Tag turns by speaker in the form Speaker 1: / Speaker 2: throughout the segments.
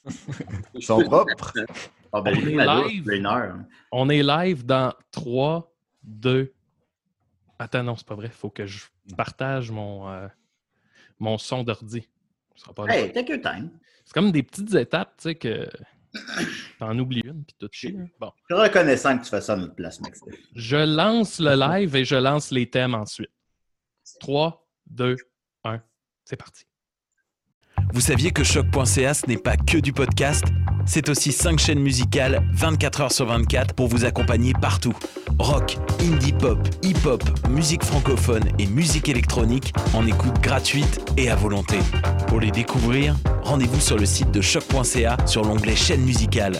Speaker 1: Ils sont propres.
Speaker 2: Ah, ben,
Speaker 3: On
Speaker 2: j'ai
Speaker 3: est
Speaker 2: pris ma douche,
Speaker 3: live.
Speaker 2: il y a une heure.
Speaker 3: On est live dans 3, 2... Attends, non, c'est pas vrai. Il faut que je partage mon son d'ordi. Ce sera pas là.
Speaker 2: Hey, take your time.
Speaker 3: C'est comme des petites étapes, tu sais, que t'en oublies une, puis tout chie. Hein. Bon.
Speaker 2: Je suis reconnaissant que tu fasses ça à notre place, Maxime.
Speaker 3: Je lance le live et je lance les thèmes ensuite. 3, 2, 1, c'est parti.
Speaker 4: Vous saviez que Choc.ca, ce n'est pas que du podcast? C'est aussi 5 chaînes musicales, 24 heures sur 24, pour vous accompagner partout. Rock, indie pop, hip-hop, musique francophone et musique électronique en écoute gratuite et à volonté. Pour les découvrir, rendez-vous sur le site de Choc.ca sur l'onglet chaîne musicale.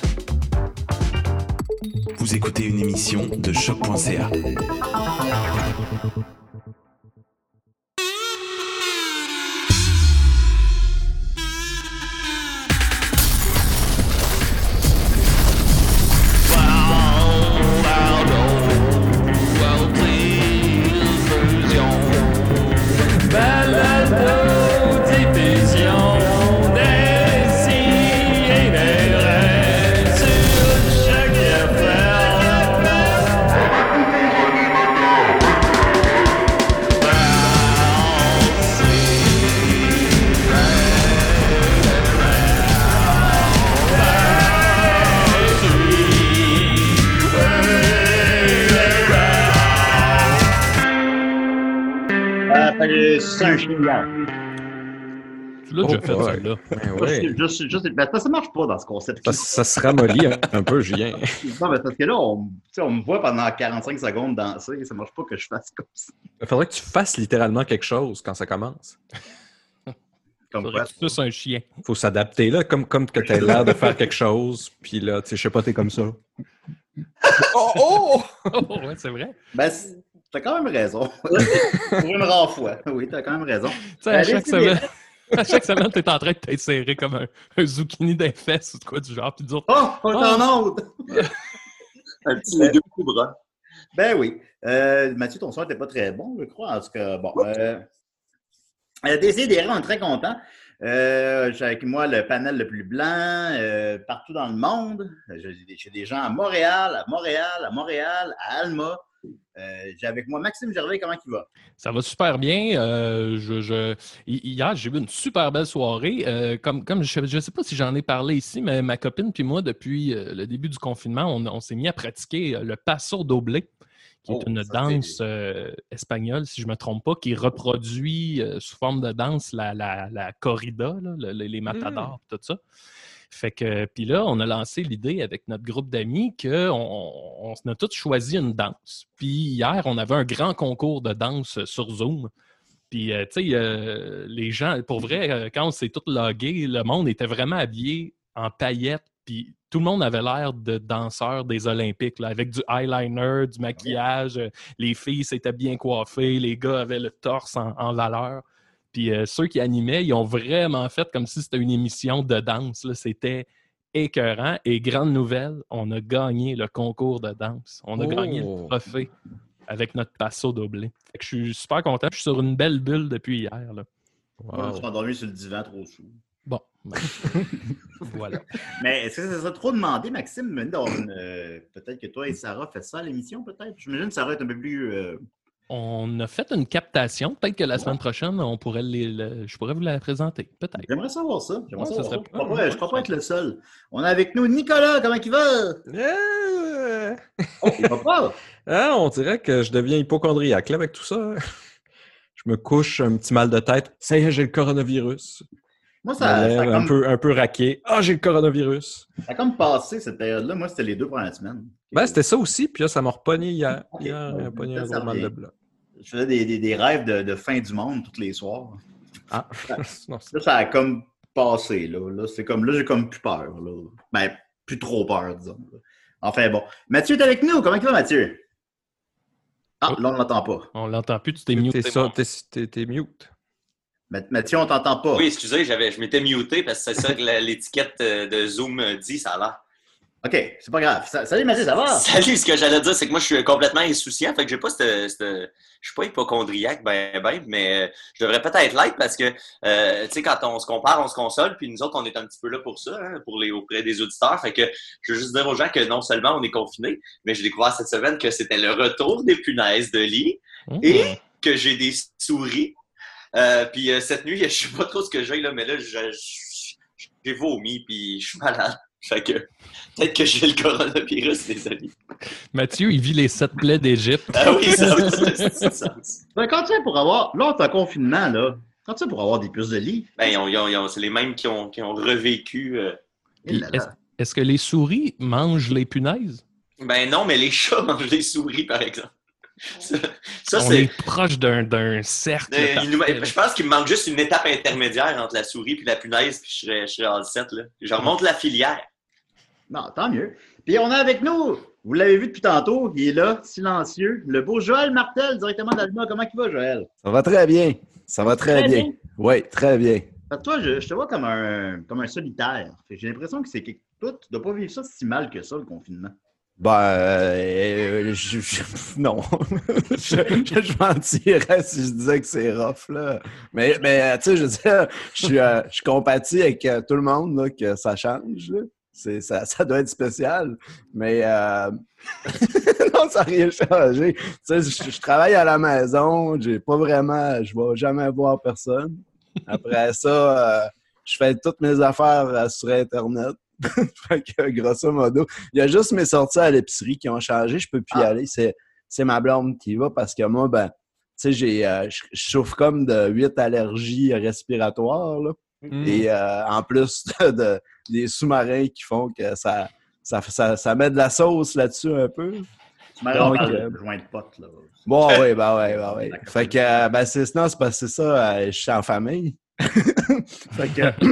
Speaker 4: Vous écoutez une émission de Choc.ca.
Speaker 2: C'est un chien.
Speaker 3: Tu l'as déjà fait,
Speaker 1: ouais.
Speaker 3: celle-là.
Speaker 1: Ben ouais.
Speaker 2: Ben, ça marche pas dans ce concept.
Speaker 1: Ça se ramollit un peu, Julien.
Speaker 2: Non, mais parce que là, on me voit pendant 45 secondes danser. Ça marche pas que je fasse comme ça.
Speaker 1: Il faudrait que tu fasses littéralement quelque chose quand ça commence.
Speaker 2: Comme
Speaker 3: Faudrait
Speaker 2: quoi.
Speaker 3: que tu suces un chien.
Speaker 1: Faut s'adapter, là, comme que tu as l'air de faire quelque chose, puis là, tu sais, je sais pas, t'es comme ça. Oh!
Speaker 3: Oh, ouais, c'est vrai.
Speaker 2: Ben, t'as quand même raison. Pour une rare fois. Oui, t'as quand même raison.
Speaker 3: Tu sais, à chaque semaine, t'es en train de t'insérer comme un zucchini des fesses ou de quoi du genre, puis dire
Speaker 2: Oh, on est en autre!
Speaker 5: Un petit les deux coups bras.
Speaker 2: Ben oui. Mathieu, ton son n'était pas très bon, je crois. En tout cas, bon. Décidérez, on est très contents. J'ai avec moi le panel le plus blanc partout dans le monde. J'ai des gens à Montréal, à Alma. J'ai avec moi Maxime Gervais, comment il va?
Speaker 3: ça va super bien. Hier, j'ai eu une super belle soirée. Comme je ne sais pas si j'en ai parlé ici, mais ma copine puis moi, depuis le début du confinement, on s'est mis à pratiquer le paso doble, qui est une danse espagnole, si je ne me trompe pas, qui reproduit sous forme de danse la corrida, là, les matadors, tout ça. Fait que, puis là, on a lancé l'idée avec notre groupe d'amis qu'on a tous choisi une danse. Puis hier, on avait un grand concours de danse sur Zoom. Puis, tu sais, les gens, pour vrai, quand on s'est tous logués, le monde était vraiment habillé en paillettes. Puis tout le monde avait l'air de danseurs des Olympiques, là, avec du eyeliner, du maquillage. Les filles s'étaient bien coiffées, les gars avaient le torse en valeur. Puis ceux qui animaient, ils ont vraiment fait comme si c'était une émission de danse. Là. C'était écœurant. Et grande nouvelle, on a gagné le concours de danse. On a gagné le trophée avec notre paso doublé. Fait que je suis super content. Je suis sur une belle bulle depuis hier. Là.
Speaker 2: Moi, je suis endormi sur le divan trop sous.
Speaker 3: Bon, ben, voilà.
Speaker 2: Mais est-ce que ça serait trop demandé, Maxime, peut-être que toi et Sarah faites ça à l'émission, peut-être? J'imagine que Sarah est un peu plus...
Speaker 3: On a fait une captation. Peut-être que la semaine prochaine, je pourrais vous la présenter. Peut-être.
Speaker 2: J'aimerais savoir ça.
Speaker 3: Ouais, ça serait
Speaker 2: Je crois pas être le seul. On est avec nous Nicolas. Comment il va? Oh, il va pas?
Speaker 1: Ah, on dirait que je deviens hypochondriaque là, avec tout ça. Je me couche, un petit mal de tête. Ça y est, j'ai le coronavirus.
Speaker 2: Moi,
Speaker 1: Un peu raqué. Ah, j'ai le coronavirus.
Speaker 2: Ça a comme passé cette période-là. Moi, c'était les 2 premières semaines.
Speaker 1: Ben, c'était ça aussi. Puis là, ça m'a repogné hier.
Speaker 2: Okay.
Speaker 1: Hier, il a pogné un gros mal de blanc.
Speaker 2: Je faisais des rêves de fin du monde tous les soirs.
Speaker 1: Ah,
Speaker 2: non, ça a comme passé. Là, c'est comme, là j'ai comme plus peur. Là. Ben, plus trop peur, disons. Là. Enfin, bon. Mathieu est avec nous. Comment il va, Mathieu? Ah, là, on ne l'entend pas.
Speaker 3: On l'entend plus. Tu t'es muté.
Speaker 1: T'es mute.
Speaker 2: Mathieu, on t'entend pas.
Speaker 5: Oui, excusez, je m'étais muté parce que c'est ça que l'étiquette de Zoom dit, ça a l'air.
Speaker 2: OK, c'est pas grave. Salut, Mathieu, ça va?
Speaker 5: Salut, ce que j'allais dire, c'est que moi, je suis complètement insouciant. Fait que j'ai pas je suis pas hypochondriaque, mais je devrais peut-être l'être parce que, tu sais, quand on se compare, on se console, puis nous autres, on est un petit peu là pour ça, hein, auprès des auditeurs. Fait que je veux juste dire aux gens que non seulement on est confinés, mais j'ai découvert cette semaine que c'était le retour des punaises de lit et que j'ai des souris. Puis cette nuit, je sais pas trop ce que j'ai, là, mais là, j'ai vomi, puis je suis malade. Fait que peut-être que j'ai le coronavirus, les amis.
Speaker 3: Mathieu, il vit les 7 plaies d'Égypte.
Speaker 5: Ah oui, ça fait sens.
Speaker 2: Ben, quand tu sais pour avoir... Là, t'as un confinement, là. Quand tu sais pour avoir des puces de lit?
Speaker 5: Ben, c'est les mêmes qui ont revécu.
Speaker 3: Puis, est-ce que les souris mangent les punaises?
Speaker 5: Ben non, mais les chats mangent les souris, par exemple. Ça,
Speaker 3: on est proche d'un cercle.
Speaker 5: Je pense qu'il me manque juste une étape intermédiaire entre la souris et la punaise, puis je serais en 7, là. Je remonte la filière.
Speaker 2: Non, tant mieux. Puis on a avec nous, vous l'avez vu depuis tantôt, il est là, silencieux, le beau Joël Martel, directement d'Alma. Comment il va, Joël?
Speaker 6: Ça va très bien. Ça va très bien. Oui, très bien.
Speaker 2: Toi, je te vois comme un solitaire. J'ai l'impression que toi, tu ne dois pas vivre ça si mal que ça, le confinement.
Speaker 6: Non. je mentirais si je disais que c'est rough, là. Mais tu sais, je veux dire, je compatis avec tout le monde, là, que ça change, là. Ça doit être spécial, mais non, ça n'a rien changé. Tu sais, je travaille à la maison, je vais jamais voir personne. Après ça, je fais toutes mes affaires sur Internet. Fait que, grosso modo, il y a juste mes sorties à l'épicerie qui ont changé. Je peux plus y aller. C'est ma blonde qui y va parce que moi, ben, tu sais, je souffre comme de 8 allergies respiratoires, là. Et en plus des sous-marins qui font que ça met de la sauce là-dessus un peu.
Speaker 2: Sous-marin, on parle de joint de potes, là.
Speaker 6: Bon, oui, ben oui. Fait que, ben, c'est parce que c'est ça, je suis en famille. Fait que...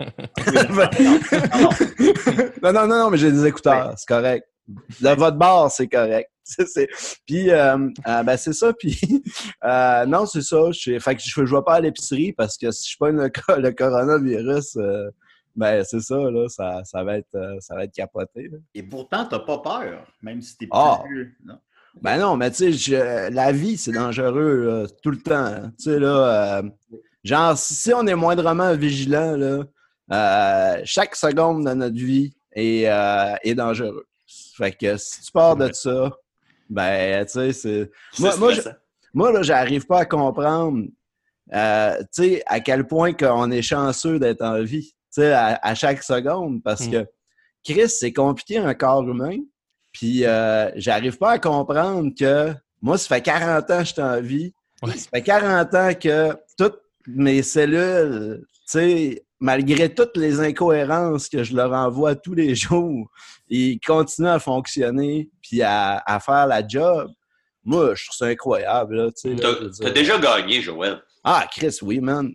Speaker 6: non, mais j'ai des écouteurs, c'est correct. De votre bord, c'est correct. Puis, ben c'est ça. Puis, non, c'est ça. Fait que je vais pas à l'épicerie parce que si je pogne le coronavirus, ben c'est ça, là, ça va être capoté. Là.
Speaker 2: Et pourtant, t'as pas peur, même si t'es plus... Non.
Speaker 6: Ben non, mais tu sais, la vie, c'est dangereux là, tout le temps. Hein. Tu sais, là, genre, si on est moindrement vigilant, là, chaque seconde de notre vie est dangereuse. Fait que si tu pars de ça, ben, tu sais, c'est... Moi, là, j'arrive pas à comprendre, tu sais, à quel point qu'on est chanceux d'être en vie, tu sais, à chaque seconde, parce que, Chris, c'est compliqué un corps humain, puis j'arrive pas à comprendre que, moi, ça fait 40 ans que je suis en vie, ça fait 40 ans que toutes mes cellules, tu sais, malgré toutes les incohérences que je leur envoie tous les jours, ils continuent à fonctionner puis à faire la job. Moi, je trouve ça incroyable. Là, tu sais,
Speaker 5: t'as déjà gagné, Joël.
Speaker 6: Ah, Chris, oui, man.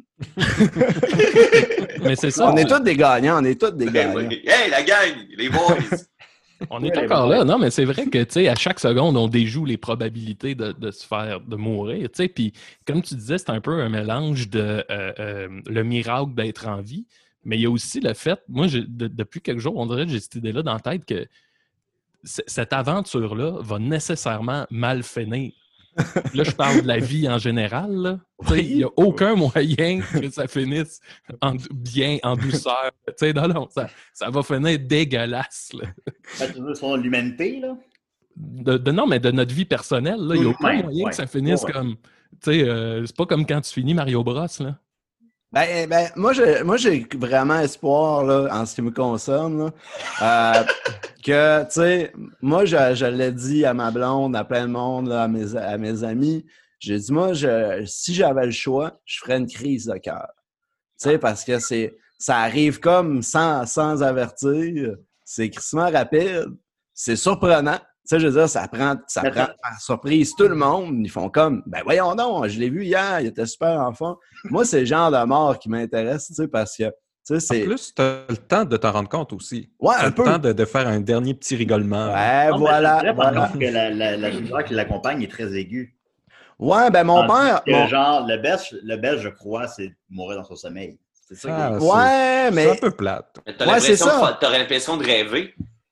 Speaker 3: Mais c'est ça.
Speaker 6: On est tous des gagnants,
Speaker 5: Hey, la gang, les boys!
Speaker 3: On est encore là, non, mais c'est vrai que, tu sais, à chaque seconde, on déjoue les probabilités de mourir, tu sais, puis comme tu disais, c'est un peu un mélange de le miracle d'être en vie, mais il y a aussi le fait, moi, depuis quelques jours, on dirait que j'ai cette idée-là dans la tête que cette aventure-là va nécessairement mal finir. Là, je parle de la vie en général, là. Il n'y a aucun moyen que ça finisse bien, en douceur. Non, ça va finir dégueulasse. Là.
Speaker 2: Tu veux sur l'humanité, là?
Speaker 3: Non, mais de notre vie personnelle, il n'y a aucun moyen que ça finisse comme... c'est pas comme quand tu finis Mario Bros, là.
Speaker 6: Ben, moi, j'ai vraiment espoir, là, en ce qui me concerne, là, que, tu sais, moi, je l'ai dit à ma blonde, à plein de monde, là, à mes amis, j'ai dit, moi, si j'avais le choix, je ferais une crise de cœur. Tu sais, parce que ça arrive comme sans avertir, c'est crissement rapide, c'est surprenant. Tu sais, je veux dire, ça prend par surprise tout le monde. Ils font comme, ben voyons donc, je l'ai vu hier, il était super enfant. Moi, c'est le genre de mort qui m'intéresse, tu sais, parce que, tu sais, c'est...
Speaker 1: En plus, tu as le temps de t'en rendre compte aussi.
Speaker 6: Ouais,
Speaker 1: un peu. Tu as le temps de faire un dernier petit rigolement.
Speaker 6: Ouais, voilà.
Speaker 2: C'est vrai, par contre, que la douleur qui l'accompagne est très aiguë.
Speaker 6: Ouais, ben mon père...
Speaker 2: Genre, le best, je crois, c'est mourir dans son sommeil. C'est ça.
Speaker 6: Ouais, mais...
Speaker 1: C'est un peu plate.
Speaker 5: T'aurais l'impression de rêver.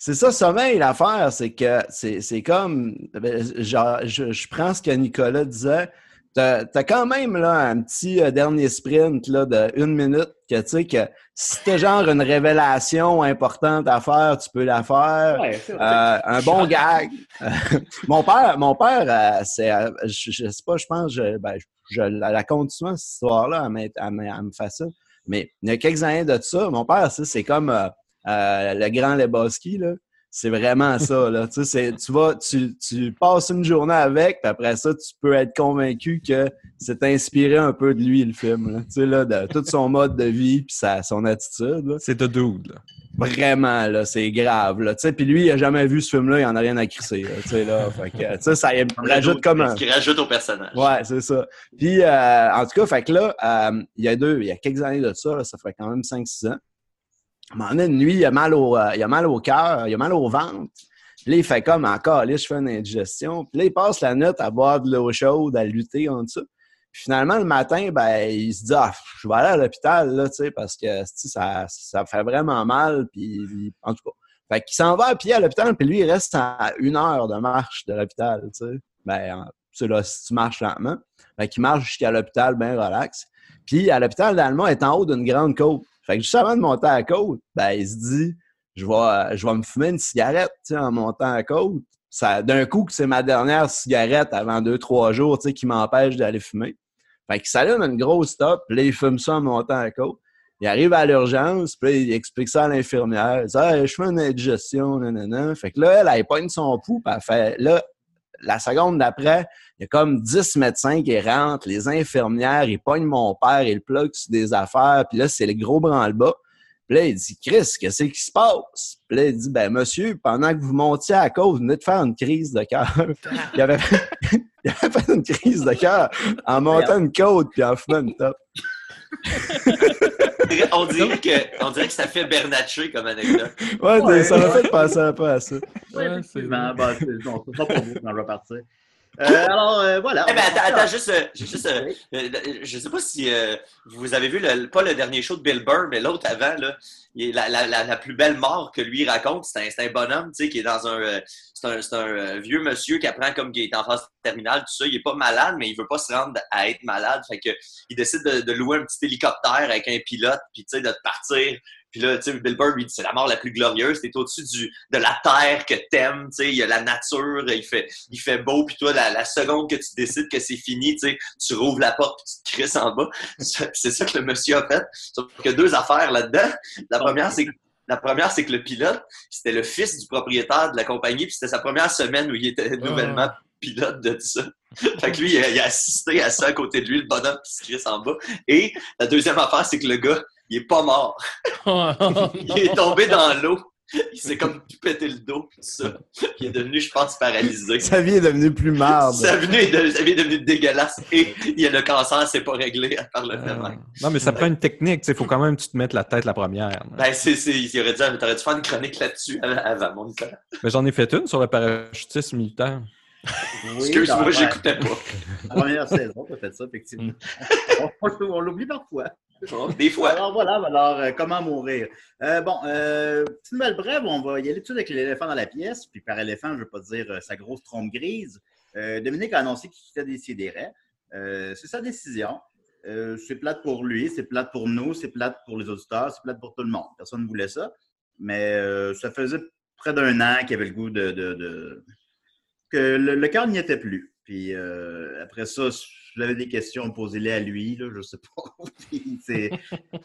Speaker 6: c'est ça, sommeil, l'affaire, c'est que c'est comme, genre, je prends ce que Nicolas disait, t'as quand même là un petit dernier sprint là, de 1 minute que tu sais que si t'as genre une révélation importante à faire, tu peux la faire.
Speaker 2: Ouais, c'est vrai.
Speaker 6: Un bon gag. Mon père, c'est, je sais pas, je pense, je la compte souvent, cette histoire-là, elle me fait ça. Mais il y a quelques années de ça, mon père, c'est comme le grand Lebowski, là. C'est vraiment ça, là. Tu sais, tu passes une journée avec, puis après ça, tu peux être convaincu que c'est inspiré un peu de lui, le film, là. Tu sais, là, de tout son mode de vie, puis son attitude, là.
Speaker 1: C'est de dude, là.
Speaker 6: Vraiment, là, c'est grave, là. Tu sais, puis lui, il a jamais vu ce film-là, il en a rien à crisser, là. Tu sais, là. Fait que, tu sais, ça y rajoute comme un...
Speaker 5: Ce qui rajoute au personnage.
Speaker 6: Ouais, c'est ça. Puis, en tout cas, fait que là, il y a quelques années de ça, là, ça fait quand même 5-6 ans. À un moment donné, une nuit, il a mal au cœur, il a mal au ventre. Puis là, il fait comme encore, là, je fais une indigestion. Puis là, il passe la nuit à boire de l'eau chaude, à lutter en ça. Puis finalement, le matin, ben, il se dit, je vais aller à l'hôpital, là, tu sais, parce que ça fait vraiment mal. Puis, en tout cas. Fait qu'il s'en va à pied à l'hôpital, puis lui, il reste à 1 heure de marche de l'hôpital, tu sais. Ben, c'est là, si tu marches lentement. Fait qu'il marche jusqu'à l'hôpital, bien relax. Puis à l'hôpital d'Allemand, il est en haut d'une grande côte. Fait que juste avant de monter à la côte, ben, il se dit, je vais me fumer une cigarette, tu sais, en montant à la côte. Ça, d'un coup, que c'est ma dernière cigarette avant 2-3 jours, tu sais, qui m'empêche d'aller fumer. Fait qu'il s'allume une grosse top, puis là, il fume ça en montant à la côte. Il arrive à l'urgence, puis là, il explique ça à l'infirmière. Il dit, hey, je fais une indigestion, nanana. Fait que là, elle pogne son pouls, puis elle fait, là, la seconde d'après, il y a comme 10 médecins qui rentrent, les infirmières, ils pognent mon père, ils le pluguent sur des affaires, puis là, c'est le gros branle-bas. Puis là, il dit, Chris, qu'est-ce qui se passe? Puis là, il dit, ben, monsieur, pendant que vous montiez à la côte, vous venez de faire une crise de cœur. il avait fait une crise de cœur en montant une côte puis en fumant une top.
Speaker 5: On dirait que ça fait Bernatchez comme anecdote.
Speaker 6: Ouais, ça m'a fait penser un peu à ça.
Speaker 2: Ouais, effectivement. Bon, c'est pas pour vous quand je vais partir. Alors, voilà.
Speaker 5: Eh ben, attends, juste, je sais pas si vous avez vu, pas le dernier show de Bill Burr, mais l'autre avant, là, la plus belle mort que lui raconte, c'est un bonhomme, tu sais, qui est dans c'est un vieux monsieur qui apprend comme qu'il est en phase terminale, tout ça. Il est pas malade, mais il veut pas se rendre à être malade. Fait que il décide de louer un petit hélicoptère avec un pilote, puis tu sais, de partir. Puis là, tu sais, Bill Burr lui dit c'est la mort la plus glorieuse. T'es au-dessus de la terre que t'aimes, tu sais. Il y a la nature, il fait beau. Puis toi, la seconde que tu décides que c'est fini, tu sais, tu rouvres la porte puis tu te crisses en bas. C'est ça que le monsieur a fait. Sauf qu'il y a 2 affaires là-dedans. La première, c'est que le pilote, c'était le fils du propriétaire de la compagnie, puis c'était sa première semaine où il était nouvellement pilote de tout ça. Fait que lui, il a assisté à ça à côté de lui, le bonhomme qui se crisse en bas. Et la deuxième affaire, c'est que le gars, il est pas mort. Il est tombé dans l'eau. Il s'est comme tout pété le dos, tout ça. Il est devenu, je pense, paralysé.
Speaker 6: Sa vie est devenue plus marde.
Speaker 5: Sa vie est devenue dégueulasse. Et le cancer, c'est pas réglé par le fait même.
Speaker 1: Non, mais ça prend une technique. Il faut quand même que tu te mettes la tête la première.
Speaker 5: Ben, t'aurais dû faire une chronique là-dessus avant, mon Nicolas.
Speaker 1: Mais j'en ai fait une sur le parachutisme militaire.
Speaker 2: Oui,
Speaker 5: excuse-moi, j'écoutais pas.
Speaker 2: La première saison, tu as fait ça, effectivement. On l'oublie parfois.
Speaker 5: Des fois.
Speaker 2: Alors, comment mourir? Petite nouvelle brève, on va y aller tout de suite avec l'éléphant dans la pièce. Puis par éléphant, je ne veux pas dire sa grosse trompe grise. Dominique a annoncé qu'il quittait Décideret. C'est sa décision. C'est plate pour lui, c'est plate pour nous, c'est plate pour les auditeurs, c'est plate pour tout le monde. Personne ne voulait ça. Mais ça faisait près d'1 an qu'il avait le goût que le cœur n'y était plus. Puis après ça, si vous avez des questions, posez-les à lui, là, je sais pas.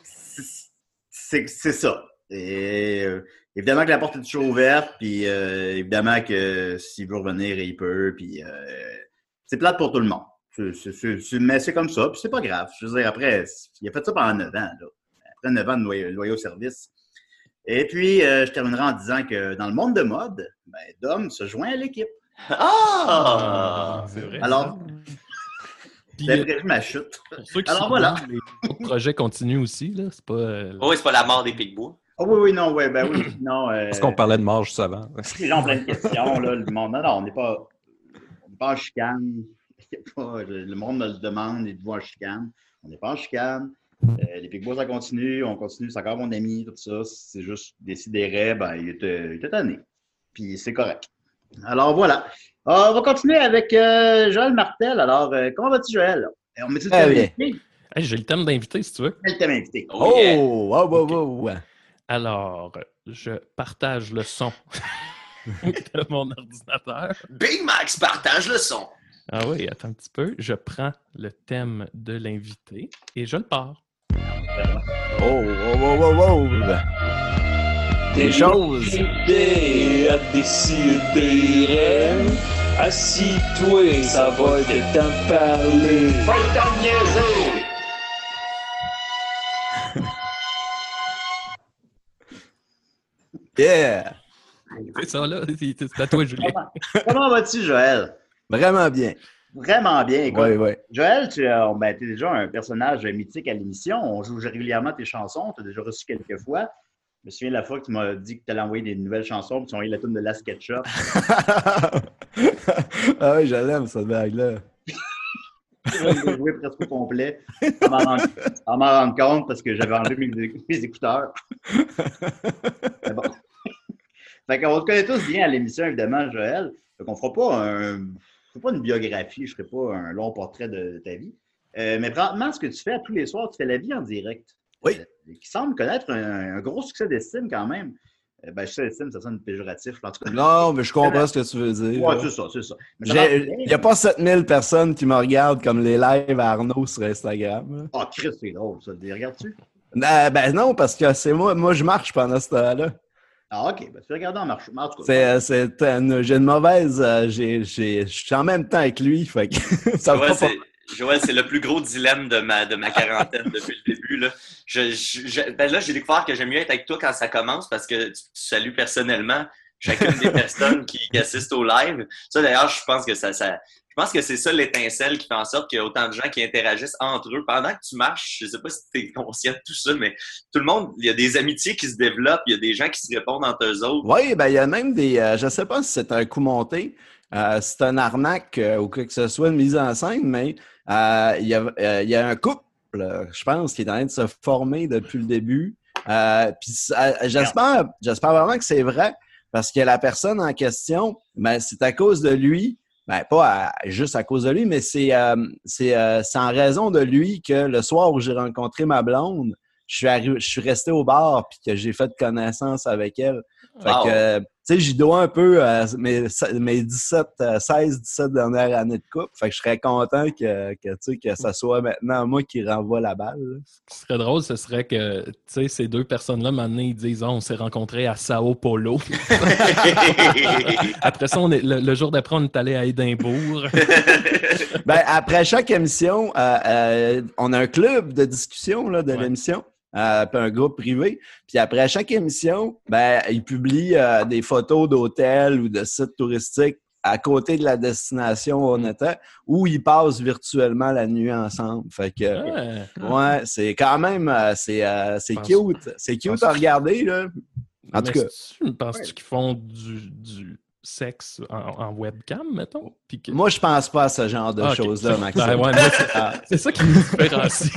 Speaker 2: c'est ça. Et évidemment que la porte est toujours ouverte, puis évidemment que s'il veut revenir, il peut. Puis c'est plate pour tout le monde. Mais c'est comme ça, puis c'est pas grave. Je veux dire, après, il a fait ça pendant 9 ans. Là. Après 9 ans de loyaux service. Et puis, je terminerai en disant que dans le monde de mode, Dom se joint à l'équipe.
Speaker 5: Ah!
Speaker 3: C'est vrai.
Speaker 2: Alors, j'ai prévu ma chute.
Speaker 3: Pour ceux qui
Speaker 2: Alors voilà.
Speaker 3: Les autres projets continuent aussi, là. C'est pas.
Speaker 5: Oui, c'est pas la mort des Picbois.
Speaker 2: Oh oui, non, oui, non.
Speaker 1: Parce qu'on parlait de mort juste avant.
Speaker 2: Les gens ont plein de questions, là, le monde. Non, on n'est pas en chicane. Le monde me le demande, il vous en chicane. On n'est pas en chicane. Les Picbois, ça continue, on continue, c'est encore mon ami, tout ça. C'est juste Décideret, il était tanné. puis c'est correct. Alors, voilà. On va continuer avec Joël Martel. Alors, comment vas-tu, Joël? On met tout le thème invité?
Speaker 3: Hey, j'ai le thème d'invité, si tu veux.
Speaker 2: Le thème invité.
Speaker 6: Oh!
Speaker 3: Alors, je partage le son de mon ordinateur.
Speaker 5: Big Max partage le son.
Speaker 3: Ah oui, attends un petit peu. Je prends le thème de l'invité et je le pars.
Speaker 6: Oh! Des choses.
Speaker 7: Idées à décider. Assis-toi, ça va être temps de parler. Faut t'en niaiser.
Speaker 6: Yeah!
Speaker 3: C'est ça, là. C'est à toi, Julien.
Speaker 2: Comment vas-tu, Joël?
Speaker 6: Vraiment bien.
Speaker 2: Vraiment bien. Écoute,
Speaker 6: Oui.
Speaker 2: Joël, tu es déjà un personnage mythique à l'émission. On joue régulièrement tes chansons. Tu as déjà reçu quelques fois. Je me souviens de la fois que tu m'as dit que tu allais envoyer des nouvelles chansons, puis tu as envoyé la tune de Last Ketchup.
Speaker 6: Ah oui, je l'aime, cette blague-là.
Speaker 2: Je jouais presque au complet, sans m'en rendre compte parce que j'avais enlevé mes écouteurs. Mais bon. Fait qu'on te connaît tous bien à l'émission, évidemment, Joël. Fait qu'on fera pas une biographie, je ne ferai pas un long portrait de ta vie. Mais présentement, ce que tu fais tous les soirs, tu fais la vie en direct.
Speaker 6: Oui.
Speaker 2: Qui semble connaître un gros succès d'estime quand même. Succès d'estime, ça sonne péjoratif. En tout cas.
Speaker 6: Non, mais je comprends ce que tu veux dire.
Speaker 2: Oui, c'est ça.
Speaker 6: Il n'y a pas 7000 personnes qui me regardent comme les lives à Arnaud sur Instagram.
Speaker 2: Ah, Chris, c'est drôle, ça. Les regardes-tu?
Speaker 6: Non, parce que c'est moi, je marche pendant ce temps-là.
Speaker 2: Ah, OK. Ben, tu peux regarder en marchant. En tout cas,
Speaker 6: j'ai une mauvaise... je suis en même temps avec lui, fait que ça va pas...
Speaker 5: Joël, c'est le plus gros dilemme de ma quarantaine depuis le début. Là. Là, j'ai découvert que j'aime mieux être avec toi quand ça commence parce que tu salues personnellement chacune des personnes qui assistent au live. Ça, d'ailleurs, je pense que c'est ça l'étincelle qui fait en sorte qu'il y a autant de gens qui interagissent entre eux. Pendant que tu marches, je ne sais pas si tu es conscient de tout ça, mais tout le monde, il y a des amitiés qui se développent, il y a des gens qui se répondent entre eux autres.
Speaker 6: Oui, ben il y a même des... je ne sais pas si c'est un coup monté, c'est un arnaque ou que ce soit une mise en scène, mais il y a un couple, je pense, qui est en train de se former depuis le début. Puis j'espère vraiment que c'est vrai, parce que la personne en question, ben, c'est à cause de lui. Ben, pas juste à cause de lui, mais c'est en raison de lui que le soir où j'ai rencontré ma blonde, je suis resté au bar puis que j'ai fait connaissance avec elle. Fait que, tu sais, j'y dois un peu mes 16-17 dernières années de couple. Fait que je serais content que ça soit maintenant moi qui renvoie la balle. Là.
Speaker 3: Ce qui serait drôle, ce serait que, tu sais, ces deux personnes-là, maintenant, ils disent « on s'est rencontrés à Sao Paulo. » Après ça, le jour d'après, on est allé à Édimbourg.
Speaker 6: Ben, après chaque émission, on a un club de discussion là, de l'émission. Puis un groupe privé. Puis après chaque émission, ben, ils publient des photos d'hôtels ou de sites touristiques à côté de la destination où on était, où ils passent virtuellement la nuit ensemble. Fait que, ouais, c'est quand même, c'est cute. C'est cute à regarder, là. En tout cas.
Speaker 3: Penses-tu qu'ils font du sexe en webcam, mettons? Que...
Speaker 6: Moi, je pense pas à ce genre de choses-là, Maxime.
Speaker 3: Ben ouais, c'est ça qui nous différencie.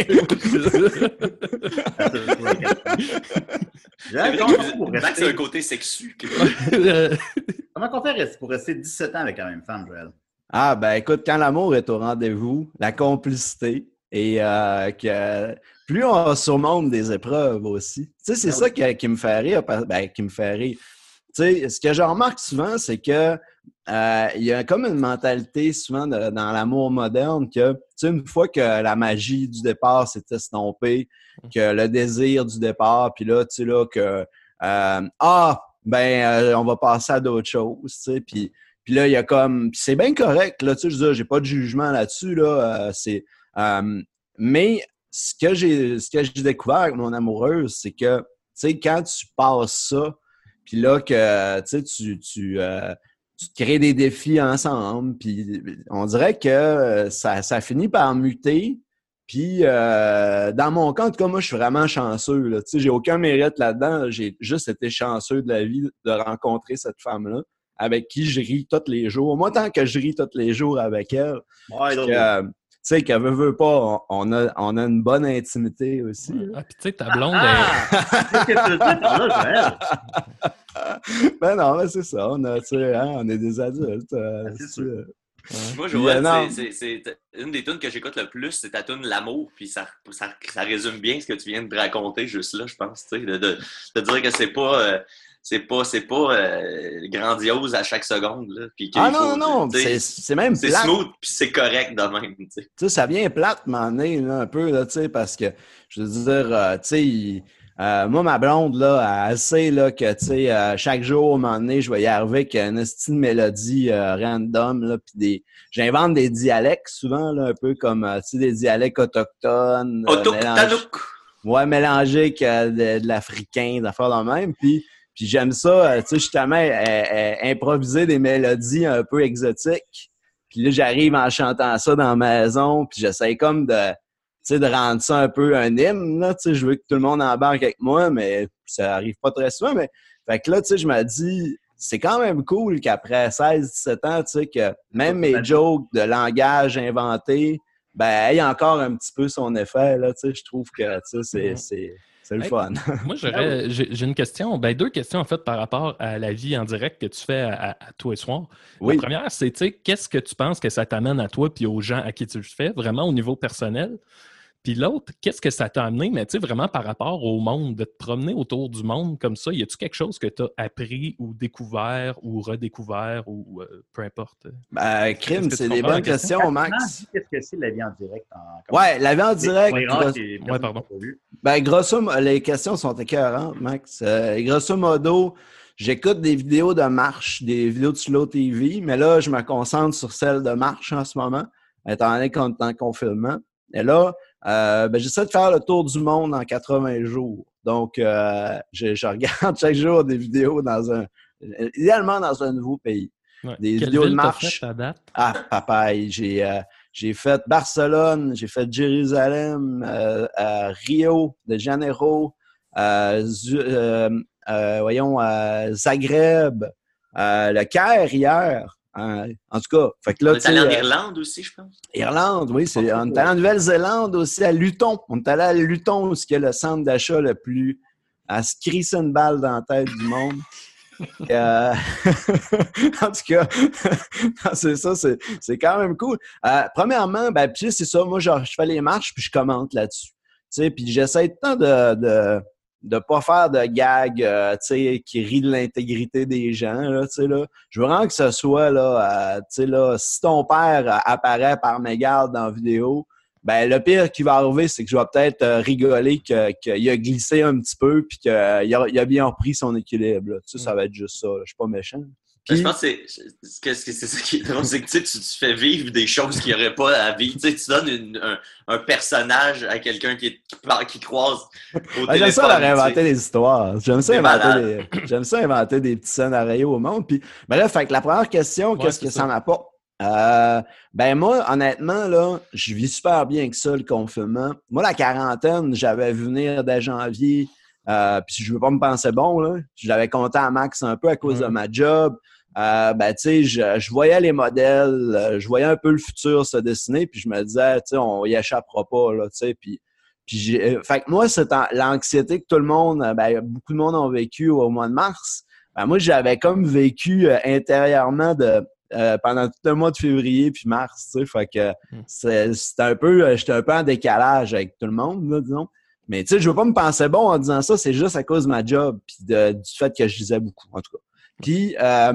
Speaker 5: C'est un côté sexu.
Speaker 2: Comment on fait pour rester 17 ans avec la même femme, Joël?
Speaker 6: Ah, ben écoute, quand l'amour est au rendez-vous, la complicité et que plus on surmonte des épreuves aussi. Tu sais, c'est ça qui me fait rire. Qui me fait rire. Tu sais, ce que je remarque souvent, c'est que il y a comme une mentalité souvent dans l'amour moderne que, tu sais, une fois que la magie du départ s'est estompée, que le désir du départ, puis là, tu sais, là, que on va passer à d'autres choses, tu sais, puis là, il y a comme... Puis c'est bien correct, là, tu sais, je veux dire, j'ai pas de jugement là-dessus, là, mais ce que j'ai découvert avec mon amoureuse, c'est que, tu sais, quand tu passes ça, puis là, que tu crées des défis ensemble, puis on dirait que ça finit par muter. Puis dans mon cas, en tout cas, moi, je suis vraiment chanceux. Là. Tu sais, j'ai aucun mérite là-dedans. J'ai juste été chanceux de la vie de rencontrer cette femme-là, avec qui je ris tous les jours. Moi, tant que je ris tous les jours avec elle, tu sais, qu'elle veut pas, on a une bonne intimité aussi.
Speaker 3: Ah, puis tu sais, ta blonde...
Speaker 2: Qu'est-ce que tu veux dire par là, Joël?
Speaker 6: Ben non, mais c'est ça. On est des adultes.
Speaker 2: C'est sûr.
Speaker 5: Moi, je vois, c'est une des tunes que j'écoute le plus, c'est ta tune L'amour, puis ça résume bien ce que tu viens de raconter juste là, je pense, tu sais, de dire que c'est pas grandiose à chaque seconde, là, puis
Speaker 6: non, c'est même
Speaker 5: c'est
Speaker 6: plate.
Speaker 5: smooth, puis c'est correct de même, tu sais.
Speaker 6: Tu sais, ça vient plate, m'en est, là, un peu, là, tu sais, parce que, je veux dire, tu sais, moi, ma blonde, là, elle sait, là, que, tu sais, chaque jour, à un moment donné, je vais y arriver avec une style mélodie random, là, puis j'invente des dialectes, souvent, là, un peu comme, tu sais, des dialectes autochtones. Mélangés avec de l'africain, d'affaires dans le même, puis j'aime ça, tu sais, justement, improviser des mélodies un peu exotiques. Puis là, j'arrive en chantant ça dans la maison, puis j'essaie comme de rendre ça un peu un hymne, là, tu sais, je veux que tout le monde embarque avec moi, mais ça arrive pas très souvent, mais fait que là, tu sais, je me dis, c'est quand même cool qu'après 16-17 ans, tu sais, que même mes jokes de langage inventé, ben, aient encore un petit peu son effet, là, tu sais, je trouve que, tu sais, c'est le fun.
Speaker 3: Moi, j'ai une question, deux questions en fait par rapport à la vie en direct que tu fais à tous les soirs.
Speaker 6: Oui.
Speaker 3: La première, c'est, tu sais, qu'est-ce que tu penses que ça t'amène à toi puis aux gens à qui tu le fais, vraiment au niveau personnel? Puis l'autre, qu'est-ce que ça t'a amené, mais tu sais, vraiment par rapport au monde, de te promener autour du monde comme ça, y a-tu quelque chose que tu as appris ou découvert ou redécouvert ou peu importe?
Speaker 6: Ben, crime, c'est des bonnes questions, Max.
Speaker 2: Qu'est-ce que c'est la vie en direct?
Speaker 6: La vie en direct.
Speaker 3: Pardon.
Speaker 6: Ben, grosso modo, les questions sont écœurantes, Max. Grosso modo, j'écoute des vidéos de marche, des vidéos de Slow TV, mais là, je me concentre sur celles de marche en ce moment, étant donné qu'on est en confinement. Et là, j'essaie de faire le tour du monde en 80 jours. Donc, je regarde chaque jour des vidéos idéalement dans un nouveau pays.
Speaker 3: Ouais.
Speaker 6: Des
Speaker 3: Quelle
Speaker 6: vidéos de
Speaker 3: ville
Speaker 6: marche.
Speaker 3: t'as fait à date?
Speaker 6: Ah, papaye, j'ai fait Barcelone, j'ai fait Jérusalem, Rio de Janeiro, Zagreb, le Caire hier. En tout cas, fait que là,
Speaker 5: on est allé en Irlande aussi, je pense.
Speaker 6: Irlande, oui. On est allé en Nouvelle-Zélande aussi, à Luton. On est allé à Luton, ce qui est le centre d'achat le plus à se crisser une balle dans la tête du monde. En tout cas, c'est ça, c'est quand même cool. Premièrement, puis c'est ça, moi, je fais les marches puis je commente là-dessus. Tu sais, puis j'essaie tout le temps de pas faire de gags, tu sais, qui rient de l'intégrité des gens, là, tu sais, là. Je veux vraiment que ce soit, là, tu sais, là, si ton père apparaît par mégarde dans la vidéo, ben, le pire qui va arriver, c'est que je vais peut-être rigoler qu'il a glissé un petit peu puis qu'il a bien repris son équilibre, là. Tu sais, ça va être juste ça, là. Je suis pas méchant.
Speaker 5: Puis, je pense que c'est ça qui est drôle, c'est que tu fais vivre des choses qu'il n'y aurait pas à vivre. Tu donnes un personnage à quelqu'un qui croise au téléphone.
Speaker 6: J'aime ça leur inventer des histoires. J'aime ça inventer des petits scénarios au monde. Puis, bref, fait que la première question, qu'est-ce que ça m'apporte? Moi, honnêtement, là, je vis super bien avec ça, le confinement. Moi, la quarantaine, j'avais vu venir dès janvier. Puis je veux pas me penser bon, là. Je l'avais compté à Max un peu à cause de ma job. Tu sais, je voyais les modèles, je voyais un peu le futur se dessiner, puis je me disais, tu sais, on y échappera pas, là, tu sais. Puis fait que moi, c'est l'anxiété que tout le monde, beaucoup de monde ont vécu au mois de mars. Moi, j'avais comme vécu intérieurement pendant tout le mois de février puis mars, tu sais. Fait que j'étais un peu en décalage avec tout le monde, là, disons. Mais tu sais, je veux pas me penser bon en disant ça, c'est juste à cause de ma job puis du fait que je lisais beaucoup, en tout cas. Puis,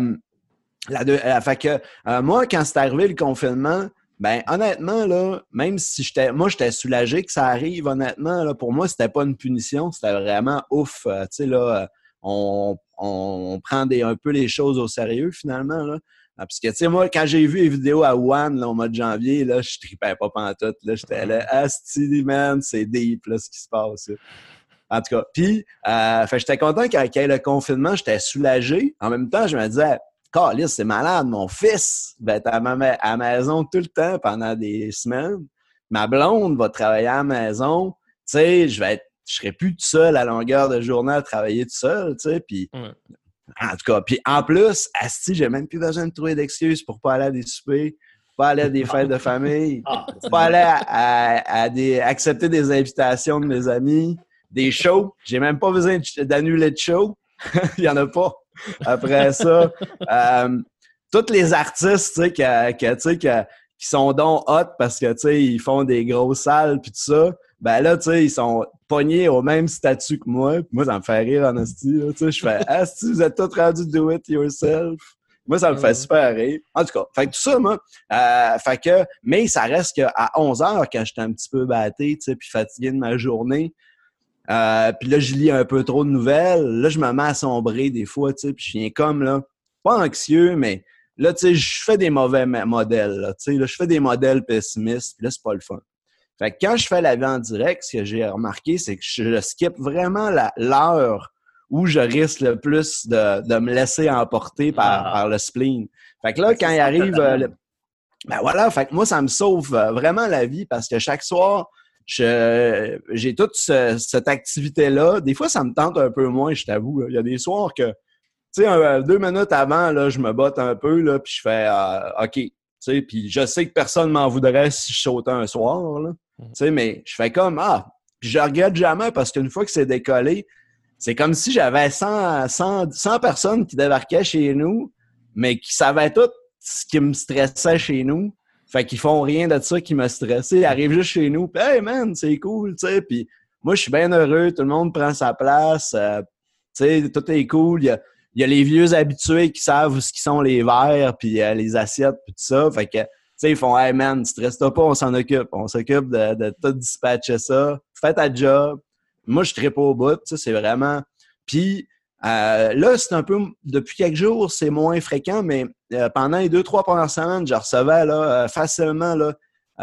Speaker 6: moi, quand c'est arrivé le confinement, honnêtement, là, même si j'étais soulagé que ça arrive, honnêtement, là, pour moi, c'était pas une punition, c'était vraiment ouf. Tu sais, là, on prend un peu les choses au sérieux, finalement, là. Parce que, tu sais, moi, quand j'ai vu les vidéos à Wuhan, là, au mois de janvier, là, je tripais pas pantoute, là. J'étais là, asti, man, c'est deep, là, ce qui se passe, là. En tout cas, puis, j'étais content qu'il y ait le confinement, j'étais soulagé. En même temps, je me disais, câlisse, c'est malade, mon fils va être à la maison tout le temps pendant des semaines. Ma blonde va travailler à la maison. Tu sais, je serai plus tout seul à longueur de journée à travailler tout seul, tu sais, puis... En tout cas, puis en plus, asti, j'ai même plus besoin de trouver d'excuses pour pas aller à des soupers, pas aller à des fêtes de famille, pas aller accepter des invitations de mes amis, des shows. J'ai même pas besoin d'annuler de show. Il y en a pas. Après ça, tous les artistes, tu sais, qui sont donc hot parce que, tu sais, ils font des grosses salles puis tout ça, ben là, tu sais, ils sont pognés au même statut que moi. Puis moi, ça me fait rire, en esti. Tu sais, je fais « Ah, si vous êtes tous rendus do it yourself. » Moi, ça me fait super rire. En tout cas, fait que tout ça, moi, mais ça reste qu'à 11h, quand j'étais un petit peu batté, tu sais, puis fatigué de ma journée, puis là, je lis un peu trop de nouvelles. Là, je me mets à sombrer des fois, tu sais, puis je viens comme, là, pas anxieux, mais là, tu sais, je fais des mauvais modèles, là, tu sais, là, je fais des modèles pessimistes, puis là, c'est pas le fun. Fait que quand je fais la vie en direct, ce que j'ai remarqué, c'est que je skip vraiment l'heure où je risque le plus de me laisser emporter par le spleen. Fait que là, quand il arrive... ben voilà, fait que moi, ça me sauve vraiment la vie parce que chaque soir, j'ai toute cette activité-là. Des fois, ça me tente un peu moins, je t'avoue. Là. Il y a des soirs que, tu sais, 2 minutes avant, là, je me botte un peu, là, puis je fais OK. Tu sais, puis je sais que personne m'en voudrait si je sautais un soir, là. Tu sais, mais je fais comme puis je regrette jamais parce qu'une fois que c'est décollé, c'est comme si j'avais 100 personnes qui débarquaient chez nous, mais qui savaient tout ce qui me stressait chez nous. Fait qu'ils font rien de ça qui me stressait. Ils arrivent juste chez nous, puis « Hey man, c'est cool! » tu sais. Puis moi, je suis bien heureux. Tout le monde prend sa place. Tu sais, tout est cool. Il y a les vieux habitués qui savent où sont les verres, puis les assiettes, puis tout ça. Fait que, tu sais, ils font « Hey man, stresse-toi pas, on s'en occupe. On s'occupe de tout dispatcher ça. Fais ta job. » Moi, je trippe au bout. Tu sais, c'est vraiment... Puis là, c'est un peu... Depuis quelques jours, c'est moins fréquent, mais pendant les 2-3 premières semaines, je recevais là, facilement là,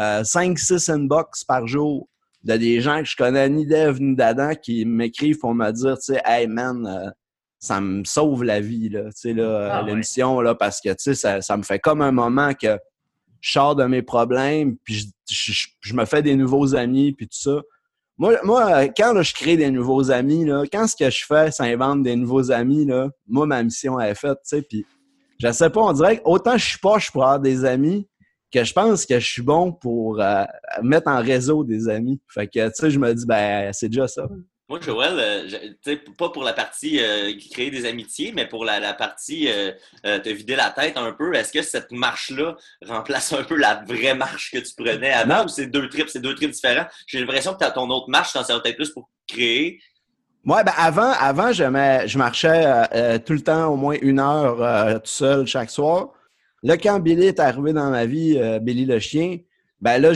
Speaker 6: 5-6 inbox par jour de des gens que je connais ni d'Ève ni d'Adam qui m'écrivent pour me dire, tu sais, « Hey man, ça me sauve la vie, là, tu sais, là, l'émission, là, parce que, tu sais, ça me fait comme un moment que je sors de mes problèmes, puis je me fais des nouveaux amis, puis tout ça. » Moi, quand là, je crée des nouveaux amis, là, quand ce que je fais, ça invente des nouveaux amis, là, moi, ma mission elle est faite, tu sais, puis je sais pas, on dirait qu'autant je suis poche pour avoir des amis que je pense que je suis bon pour mettre en réseau des amis. Fait que, tu sais, je me dis, ben, c'est déjà ça.
Speaker 5: Moi, Joël, tu sais, pas pour la partie qui crée des amitiés, mais pour la partie te vider la tête un peu, est-ce que cette marche-là remplace un peu la vraie marche que tu prenais avant ou c'est deux trips différents? J'ai l'impression que ton autre marche, t'en servais peut-être plus pour créer.
Speaker 6: Ouais, ben avant je marchais tout le temps au moins 1 heure tout seul chaque soir. Là, quand Billy est arrivé dans ma vie, Billy le chien, ben là,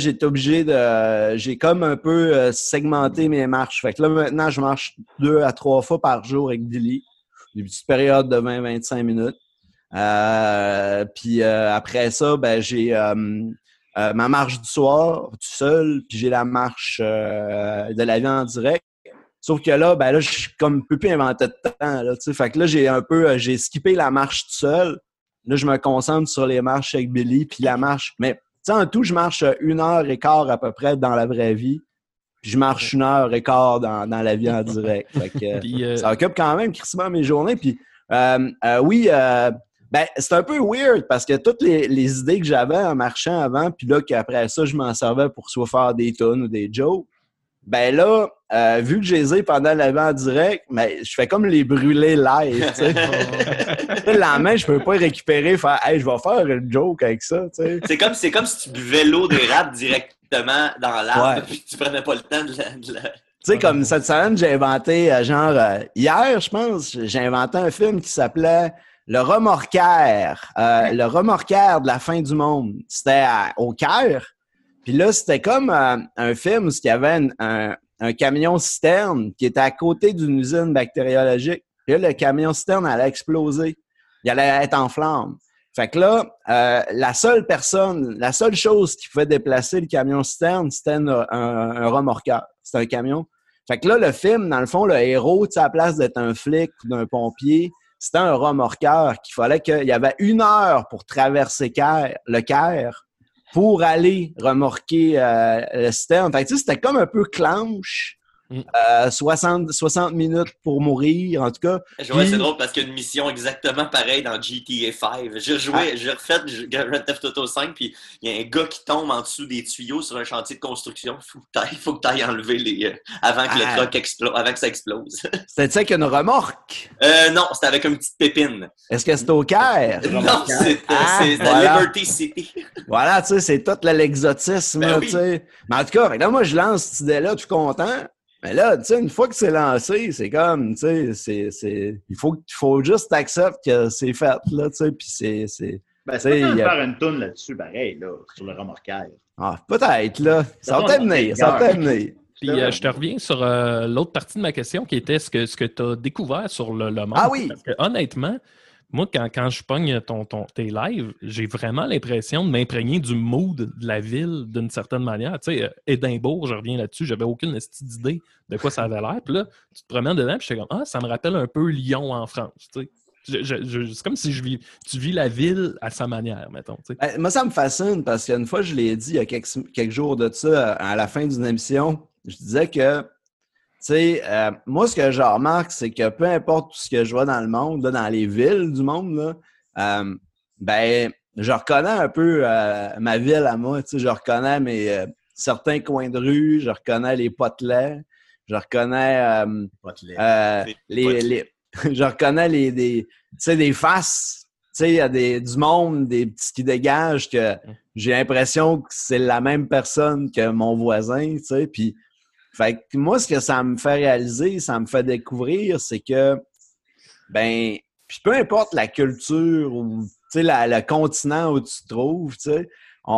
Speaker 6: j'ai comme un peu segmenté mes marches. Fait que là, maintenant, je marche 2 à 3 fois par jour avec Billy. Des petites périodes de 20-25 minutes. Puis après ça, ben j'ai ma marche du soir, tout seul, puis j'ai la marche de la vie en direct. Sauf que là, ben là, je peux plus inventer de temps, là, tu sais. Fait que là, j'ai skippé la marche tout seul. Là, je me concentre sur les marches avec Billy, puis la marche. Mais, tu sais, en tout, je marche 1h15 à peu près dans la vraie vie. Puis je marche 1h15 dans la vie en direct. Fait que puis, ça occupe quand même crissement mes journées. Puis, oui, ben, c'est un peu weird parce que toutes les idées que j'avais en marchant avant, puis là, qu'après ça, je m'en servais pour soit faire des tunes ou des jokes. Ben là, vu que je les ai pendant la vie en direct, ben, je fais comme les brûler live, tu sais. Le lendemain, je peux pas récupérer, faire « Hey, je vais faire une joke avec ça, tu sais. »
Speaker 5: C'est comme si tu buvais l'eau des rats directement dans l'arbre, puis tu prenais pas le temps de la...
Speaker 6: Tu sais, comme cette semaine, j'ai inventé, hier, je pense, j'ai inventé un film qui s'appelait Le Remorquaire. Le Remorquaire de la fin du monde. C'était au Caire. Puis là, c'était comme un film où il y avait un camion-citerne qui était à côté d'une usine bactériologique. Puis là, le camion-citerne allait exploser. Il allait être en flammes. Fait que là, la seule chose qui pouvait déplacer le camion-citerne, c'était un remorqueur. C'était un camion. Fait que là, le film, dans le fond, le héros, tu sais, à la place d'être un flic ou d'un pompier, c'était un remorqueur qu'il fallait qu'il y avait 1 heure pour traverser le Caire pour aller remorquer le citerne. Fait que, tu sais, c'était comme un peu clanche, 60 minutes pour mourir, en tout cas.
Speaker 5: Joël, c'est drôle parce qu'il y a une mission exactement pareille dans GTA 5. J'ai refait Grand Theft Auto 5, puis il y a un gars qui tombe en dessous des tuyaux sur un chantier de construction. Il faut que tu ailles enlever avant que le truck explose, avant que ça explose.
Speaker 6: C'était ça avec une remorque?
Speaker 5: Non, c'était avec une petite pépine.
Speaker 6: Est-ce que c'était au Caire?
Speaker 5: Non, c'est
Speaker 6: voilà.
Speaker 5: Liberty City.
Speaker 6: Voilà, tu sais, c'est tout l'exotisme,
Speaker 5: Ben
Speaker 6: tu sais. Mais en tout cas, là, moi, je lance cette idée-là, tout content. Mais là, tu sais, une fois que c'est lancé, c'est comme, tu sais, il faut juste accepter que c'est fait, là, tu sais, puis c'est...
Speaker 2: Ben, c'est pas faire une toune là-dessus, pareil, là, sur le remorquage.
Speaker 6: Ah, peut-être, là. Ça va peut-être venir,
Speaker 3: Puis je te reviens sur l'autre partie de ma question qui était ce que tu as découvert sur le monde.
Speaker 6: Ah oui!
Speaker 3: Parce que honnêtement, moi, quand je pogne tes lives, j'ai vraiment l'impression de m'imprégner du mood de la ville d'une certaine manière. Tu sais, Édimbourg, je reviens là-dessus, j'avais aucune idée de quoi ça avait l'air. Puis là, tu te promènes dedans, puis j'étais comme, ça me rappelle un peu Lyon en France. Tu sais. C'est comme si tu vis la ville à sa manière, mettons. Tu sais.
Speaker 6: Ben, moi, ça me fascine parce qu'une fois, je l'ai dit il y a quelques jours de ça, à la fin d'une émission, je disais que, tu sais, moi, ce que je remarque, c'est que peu importe tout ce que je vois dans le monde, là, dans les villes du monde, là, ben, je reconnais un peu ma ville à moi. Tu sais, je reconnais certains coins de rue, je reconnais les potelets, je reconnais je reconnais des faces. Tu sais, il y a du monde, des petits qui dégagent que j'ai l'impression que c'est la même personne que mon voisin, tu sais, puis fait que moi, ce que ça me fait réaliser, ça me fait découvrir, c'est que, ben, puis peu importe la culture ou, tu sais, le continent où tu te trouves, tu sais,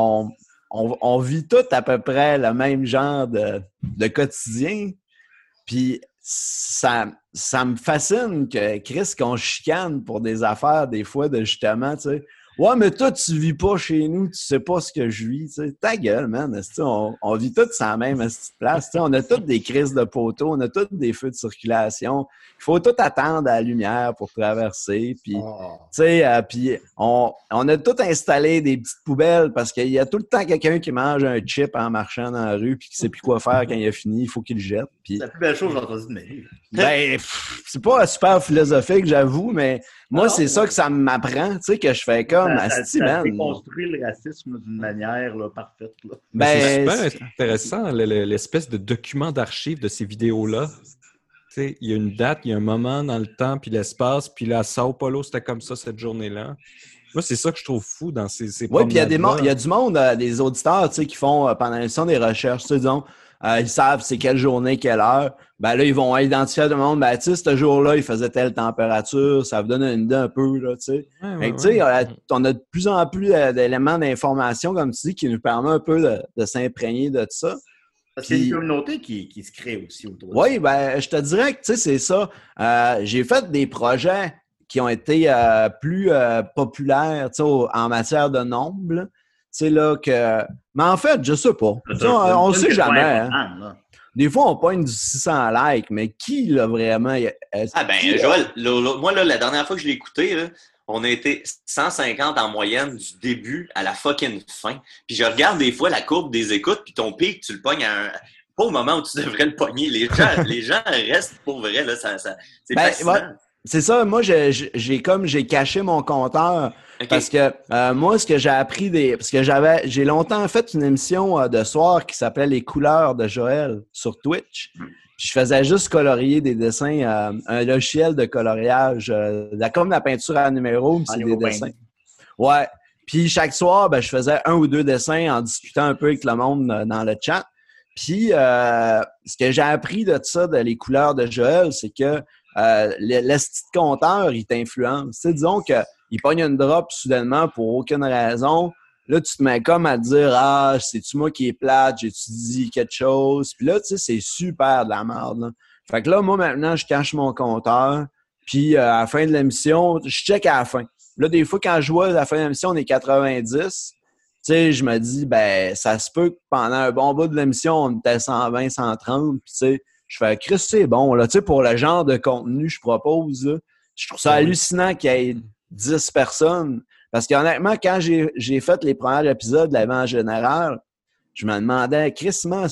Speaker 6: on vit tous à peu près le même genre de quotidien. Puis ça me fascine que Chris, qu'on chicane pour des affaires, des fois, de justement, tu sais, ouais, mais toi, tu vis pas chez nous, tu sais pas ce que je vis, tu sais. Ta gueule, man. On vit tous sur la même place. Tu sais, on a toutes des crises de poteaux, on a tous des feux de circulation. Il faut tout attendre à la lumière pour traverser. Puis, tu sais, puis on a tout installé des petites poubelles parce qu'il y a tout le temps quelqu'un qui mange un chip en marchant dans la rue puis qui sait plus quoi faire quand il a fini. Il faut qu'il le jette. Puis,
Speaker 2: c'est la plus belle chose que j'ai entendue de ma vie.
Speaker 6: Ben, c'est pas super philosophique, j'avoue, mais moi, c'est ça que ça m'apprend, tu sais, que je fais comme
Speaker 2: ça déconstruit le racisme d'une manière là, parfaite. Là.
Speaker 1: Ben, c'est super intéressant, l'espèce de document d'archives de ces vidéos-là. Tu sais, il y a une date, il y a un moment dans le temps, puis l'espace, puis là, à Sao Paulo, c'était comme ça cette journée-là. Moi, c'est ça que je trouve fou dans ces
Speaker 6: oui, puis il y a du monde, des auditeurs, tu sais, qui font pendant l'émission des recherches, tu sais, disons, ils savent c'est quelle journée, quelle heure. Ben là, ils vont identifier tout le monde. Ben, tu sais, ce jour-là, il faisait telle température. Ça vous donne une idée un peu, là, tu sais. On a de plus en plus d'éléments d'information, comme tu dis, qui nous permet un peu de s'imprégner de ça.
Speaker 2: Parce qu'il y a une communauté qui se crée aussi autour de ça.
Speaker 6: Oui, ben, je te dirais que, tu sais, c'est ça. J'ai fait des projets qui ont été plus populaires, tu sais, en matière de nombre, là. Tu sais, là, que... Mais en fait, je sais pas. On sait jamais, hein. Des fois, on pogne du 600 likes, mais qui l'a vraiment...
Speaker 5: Joël, moi, là, la dernière fois que je l'ai écouté, là, on a été 150 en moyenne du début à la fucking fin. Puis je regarde des fois la courbe des écoutes, puis ton pic, tu le pognes pas au moment où tu devrais le pogner. Les gens restent pour vrai, là, c'est fascinant. Ouais.
Speaker 6: C'est ça, moi, j'ai caché mon compteur. Okay. Parce que moi, ce que j'ai appris parce que j'ai longtemps fait une émission de soir qui s'appelait Les couleurs de Joël sur Twitch. Puis je faisais juste colorier des dessins, un logiciel de coloriage, comme la peinture à numéro, mais c'est des dessins. Ouais. Puis chaque soir, ben, je faisais 1 ou 2 dessins en discutant un peu avec le monde dans le chat. Puis ce que j'ai appris de ça, de Les couleurs de Joël, c'est que l'esti de compteur, il t'influence. Tu sais, disons qu'il pogne une drop soudainement pour aucune raison. Là, tu te mets comme à te dire « Ah, c'est-tu moi qui est plate? J'ai-tu dit quelque chose? » Puis là, tu sais, c'est super de la merde, là. Fait que là, moi, maintenant, je cache mon compteur. Puis à la fin de l'émission, je check à la fin. Là, des fois, quand je vois à la fin de l'émission, on est 90. Tu sais, je me dis, ben, ça se peut que pendant un bon bout de l'émission, on était 120, 130. Puis tu sais, je fais « Chris, c'est bon, là. » Tu sais, pour le genre de contenu que je propose, là, je trouve ça hallucinant qu'il y ait 10 personnes. Parce qu'honnêtement, quand j'ai fait les premiers épisodes de la vie en général, je me demandais, Chris,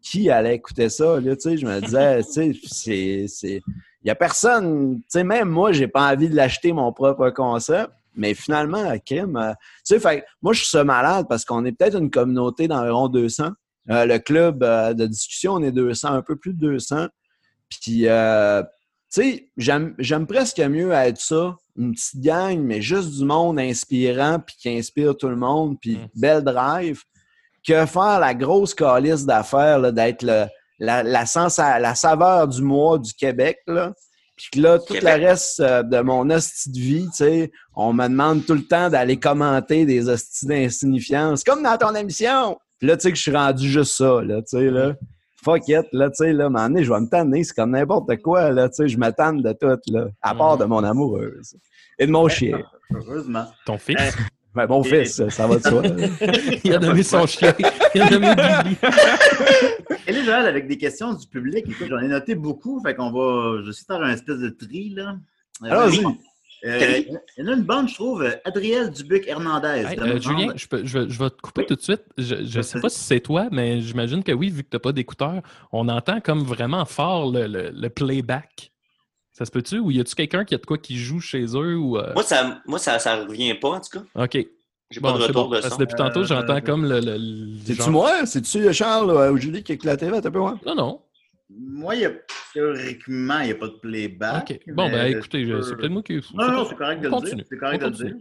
Speaker 6: qui allait écouter ça, là, tu sais, je me disais, tu sais, il y a personne, tu sais, même moi, j'ai pas envie de l'acheter mon propre concept, mais finalement, crime, tu sais, fait moi, je suis ça malade parce qu'on est peut-être une communauté d'environ 200. Le club de discussion, on est 200, un peu plus de 200. Puis, tu sais, j'aime presque mieux être ça, une petite gang, mais juste du monde inspirant, puis qui inspire tout le monde, puis belle drive, que faire la grosse calice d'affaires, là, d'être la saveur du mois du Québec, là. Puis que là, tout le reste de mon hostie de vie, tu sais, on me demande tout le temps d'aller commenter des hosties d'insignifiance, comme dans ton émission. Puis là, tu sais que je suis rendu juste ça, là, tu sais, là. Fuck it, là, tu sais, là, à un moment donné, je vais me tanner, c'est comme n'importe quoi, là, tu sais, je me tanne de tout, là, à part de mon amoureuse et de mon chien.
Speaker 2: Heureusement.
Speaker 3: Ton fils?
Speaker 6: Ben, mon fils, ça va de soi.
Speaker 3: Il a nommé son chien. Il a nommé Billy.
Speaker 2: Et là, Joël, avec des questions du public, écoute, j'en ai noté beaucoup, fait qu'on va, je vais essayer de faire un espèce de tri, là.
Speaker 6: Allons-y.
Speaker 2: Il y en a une bonne, je trouve, Adriel Dubuc-Hernandez.
Speaker 3: Hey, Julien, je vais te couper tout de suite. Je ne sais pas si c'est toi, mais j'imagine que oui, vu que tu n'as pas d'écouteurs, on entend comme vraiment fort le playback. Ça se peut-tu? Ou y a-tu quelqu'un qui a de quoi qui joue chez eux? Ou,
Speaker 5: Moi, ça revient pas, en tout cas.
Speaker 3: OK.
Speaker 5: J'ai pas de retour de
Speaker 3: parce
Speaker 5: son.
Speaker 3: que depuis tantôt, j'entends comme le
Speaker 6: C'est-tu
Speaker 3: genre...
Speaker 6: moi? C'est-tu Charles ou Julie qui éclate la TV? Un peu moi?
Speaker 3: Non.
Speaker 2: Moi, théoriquement, il n'y a pas de playback.
Speaker 3: OK. Bon, ben écoutez, c'est peut-être moi qui...
Speaker 2: Non, c'est correct de le dire. C'est correct de le dire.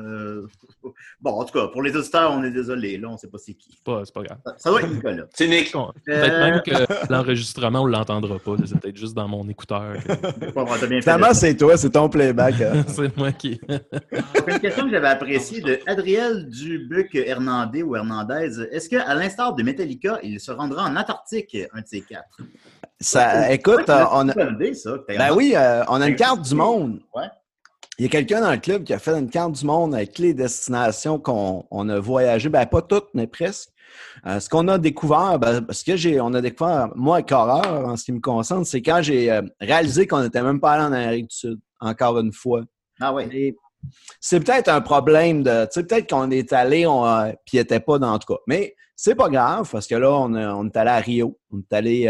Speaker 2: Bon, en tout cas, pour les auditeurs, on est désolé. Là, on ne sait pas c'est qui.
Speaker 3: C'est pas grave.
Speaker 2: Ça doit être Nicolas.
Speaker 5: C'est Nick.
Speaker 3: Peut-être même que l'enregistrement, on ne l'entendra pas. C'est peut-être juste dans mon écouteur.
Speaker 6: Finalement, c'est toi, c'est ton playback. Hein.
Speaker 3: C'est moi qui...
Speaker 2: Une question que j'avais appréciée de Adriel Dubuc-Hernandez ou Hernandez. Est-ce qu'à l'instar de Metallica, il se rendra en Antarctique, un de ces quatre?
Speaker 6: Écoute, on a...
Speaker 2: Ben
Speaker 6: oui, on a une carte du monde.
Speaker 2: Ouais.
Speaker 6: Il y a quelqu'un dans le club qui a fait une carte du monde avec les destinations qu'on a voyagées. Ben, pas toutes, mais presque. Ce qu'on a découvert, on a découvert, moi, avec horreur, en ce qui me concerne, c'est quand j'ai réalisé qu'on n'était même pas allé en Amérique du Sud, encore une fois.
Speaker 2: Ah oui.
Speaker 6: Et c'est peut-être un problème de... Tu sais, peut-être qu'on est allé, puis il n'était pas dans tout cas. Mais c'est pas grave, parce que là, on est allé à Rio. On est allé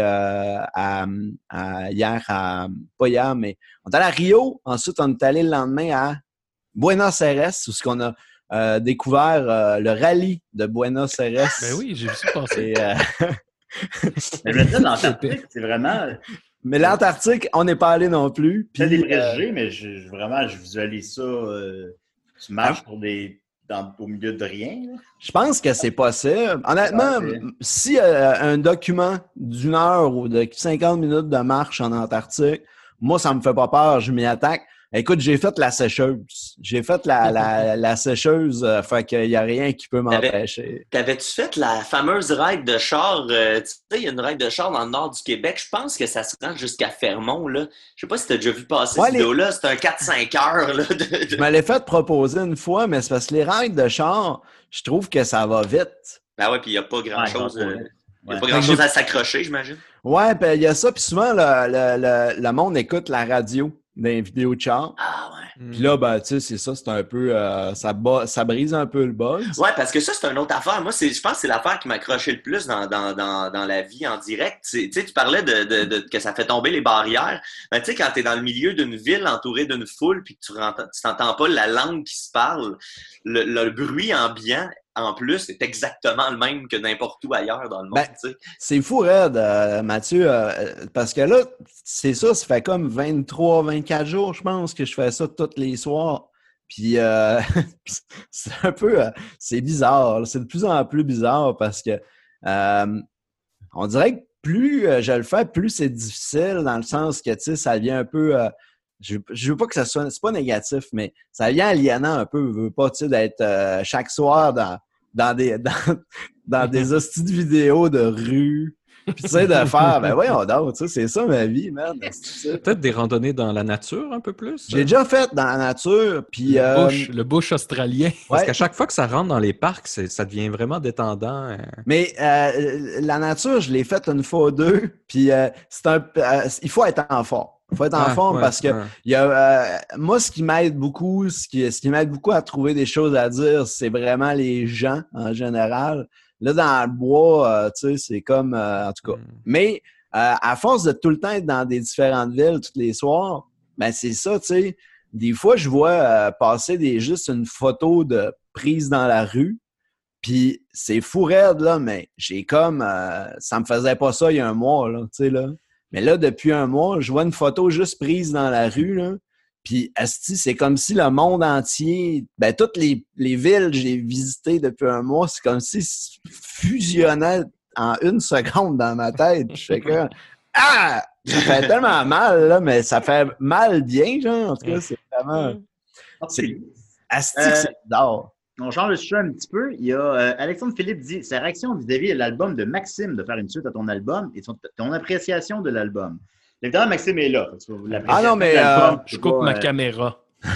Speaker 6: pas hier, mais on est allé à Rio. Ensuite, on est allé le lendemain à Buenos Aires, où on a découvert le rallye de Buenos Aires.
Speaker 3: Ben oui, j'ai vu ça passer.
Speaker 2: Mais l'Antarctique, c'est vraiment...
Speaker 6: Mais l'Antarctique, on n'est pas allé non plus.
Speaker 2: C'est des préjugés, mais vraiment, je visualise ça. Tu marches au milieu de rien. Là.
Speaker 6: Je pense que c'est possible. Honnêtement, si un document d'une heure ou de 50 minutes de marche en Antarctique, moi, ça me fait pas peur, je m'y attaque. Écoute, j'ai fait la sécheuse. J'ai fait la sécheuse, fait qu'il n'y a rien qui peut m'empêcher.
Speaker 5: T'avais-tu fait la fameuse ride de char? Tu sais, il y a une ride de char dans le nord du Québec. Je pense que ça se rend jusqu'à Fermont, là. Je sais pas si t'as déjà vu passer cette vidéo-là. C'est un 4-5 heures, là.
Speaker 6: Je me l'ai fait proposer une fois, mais c'est parce que les rides de char, je trouve que ça va vite.
Speaker 5: Ben ouais, puis il n'y a pas grand-chose... Il n'y a pas grand-chose à s'accrocher, j'imagine.
Speaker 6: Ouais, puis il y a ça. Puis souvent, le monde écoute la radio dans les vidéos de char.
Speaker 5: Ah ouais.
Speaker 6: Puis là, ben, tu sais, c'est ça, c'est un peu... ça brise un peu le buzz.
Speaker 5: Ouais, parce que ça, c'est une autre affaire. Moi, je pense que c'est l'affaire qui m'a accroché le plus dans la vie en direct. Tu sais, tu parlais que ça fait tomber les barrières. Ben, tu sais, quand tu es dans le milieu d'une ville entourée d'une foule puis que tu n'entends pas la langue qui se parle, le bruit ambiant, en plus, c'est exactement le même que n'importe où ailleurs dans le monde. Ben,
Speaker 6: c'est fou, raide, Mathieu, parce que là, c'est ça fait comme 23-24 jours, je pense, que je fais ça tous les soirs. Puis, c'est un peu... c'est bizarre. Là. C'est de plus en plus bizarre parce que on dirait que plus je le fais, plus c'est difficile dans le sens que, tu sais, ça devient un peu... je veux pas que ça soit... C'est pas négatif, mais ça devient aliénant un peu. Je veux pas, tu sais, d'être chaque soir dans des hosties de vidéos de rue. Puis, tu sais, de faire... Ben voyons donc, tu sais, c'est ça ma vie, man.
Speaker 1: Peut-être des randonnées dans la nature un peu plus?
Speaker 6: J'ai déjà fait dans la nature, puis...
Speaker 3: Le bush australien.
Speaker 1: Parce qu'à chaque fois que ça rentre dans les parcs, ça devient vraiment détendant.
Speaker 6: Mais la nature, je l'ai faite une fois ou deux, puis il faut être en forme. Il faut être en forme parce que moi, ce qui m'aide beaucoup, ce qui m'aide beaucoup à trouver des choses à dire, c'est vraiment les gens en général. Là, dans le bois, tu sais, c'est comme... en tout cas. Mais à force de tout le temps être dans des différentes villes tous les soirs, ben c'est ça, tu sais. Des fois, je vois passer juste une photo de prise dans la rue, puis c'est fou raide, là, mais j'ai comme... ça me faisait pas ça il y a un mois, là, tu sais, là. Mais là, depuis un mois, je vois une photo juste prise dans la rue, là. Puis, asti, c'est comme si le monde entier, ben toutes les villes que j'ai visitées depuis un mois, c'est comme si ça fusionnait en une seconde dans ma tête. Je fais que, ça fait tellement mal, là, mais ça fait mal bien, genre. En tout cas, c'est vraiment... C'est asti que c'est d'or.
Speaker 2: On change le sujet un petit peu. Il y a Alexandre Philippe dit sa réaction vis-à-vis de l'album de Maxime, de faire une suite à ton album et ton appréciation de l'album. Évidemment, Maxime est là.
Speaker 6: Ah non, mais
Speaker 3: je coupe ma caméra.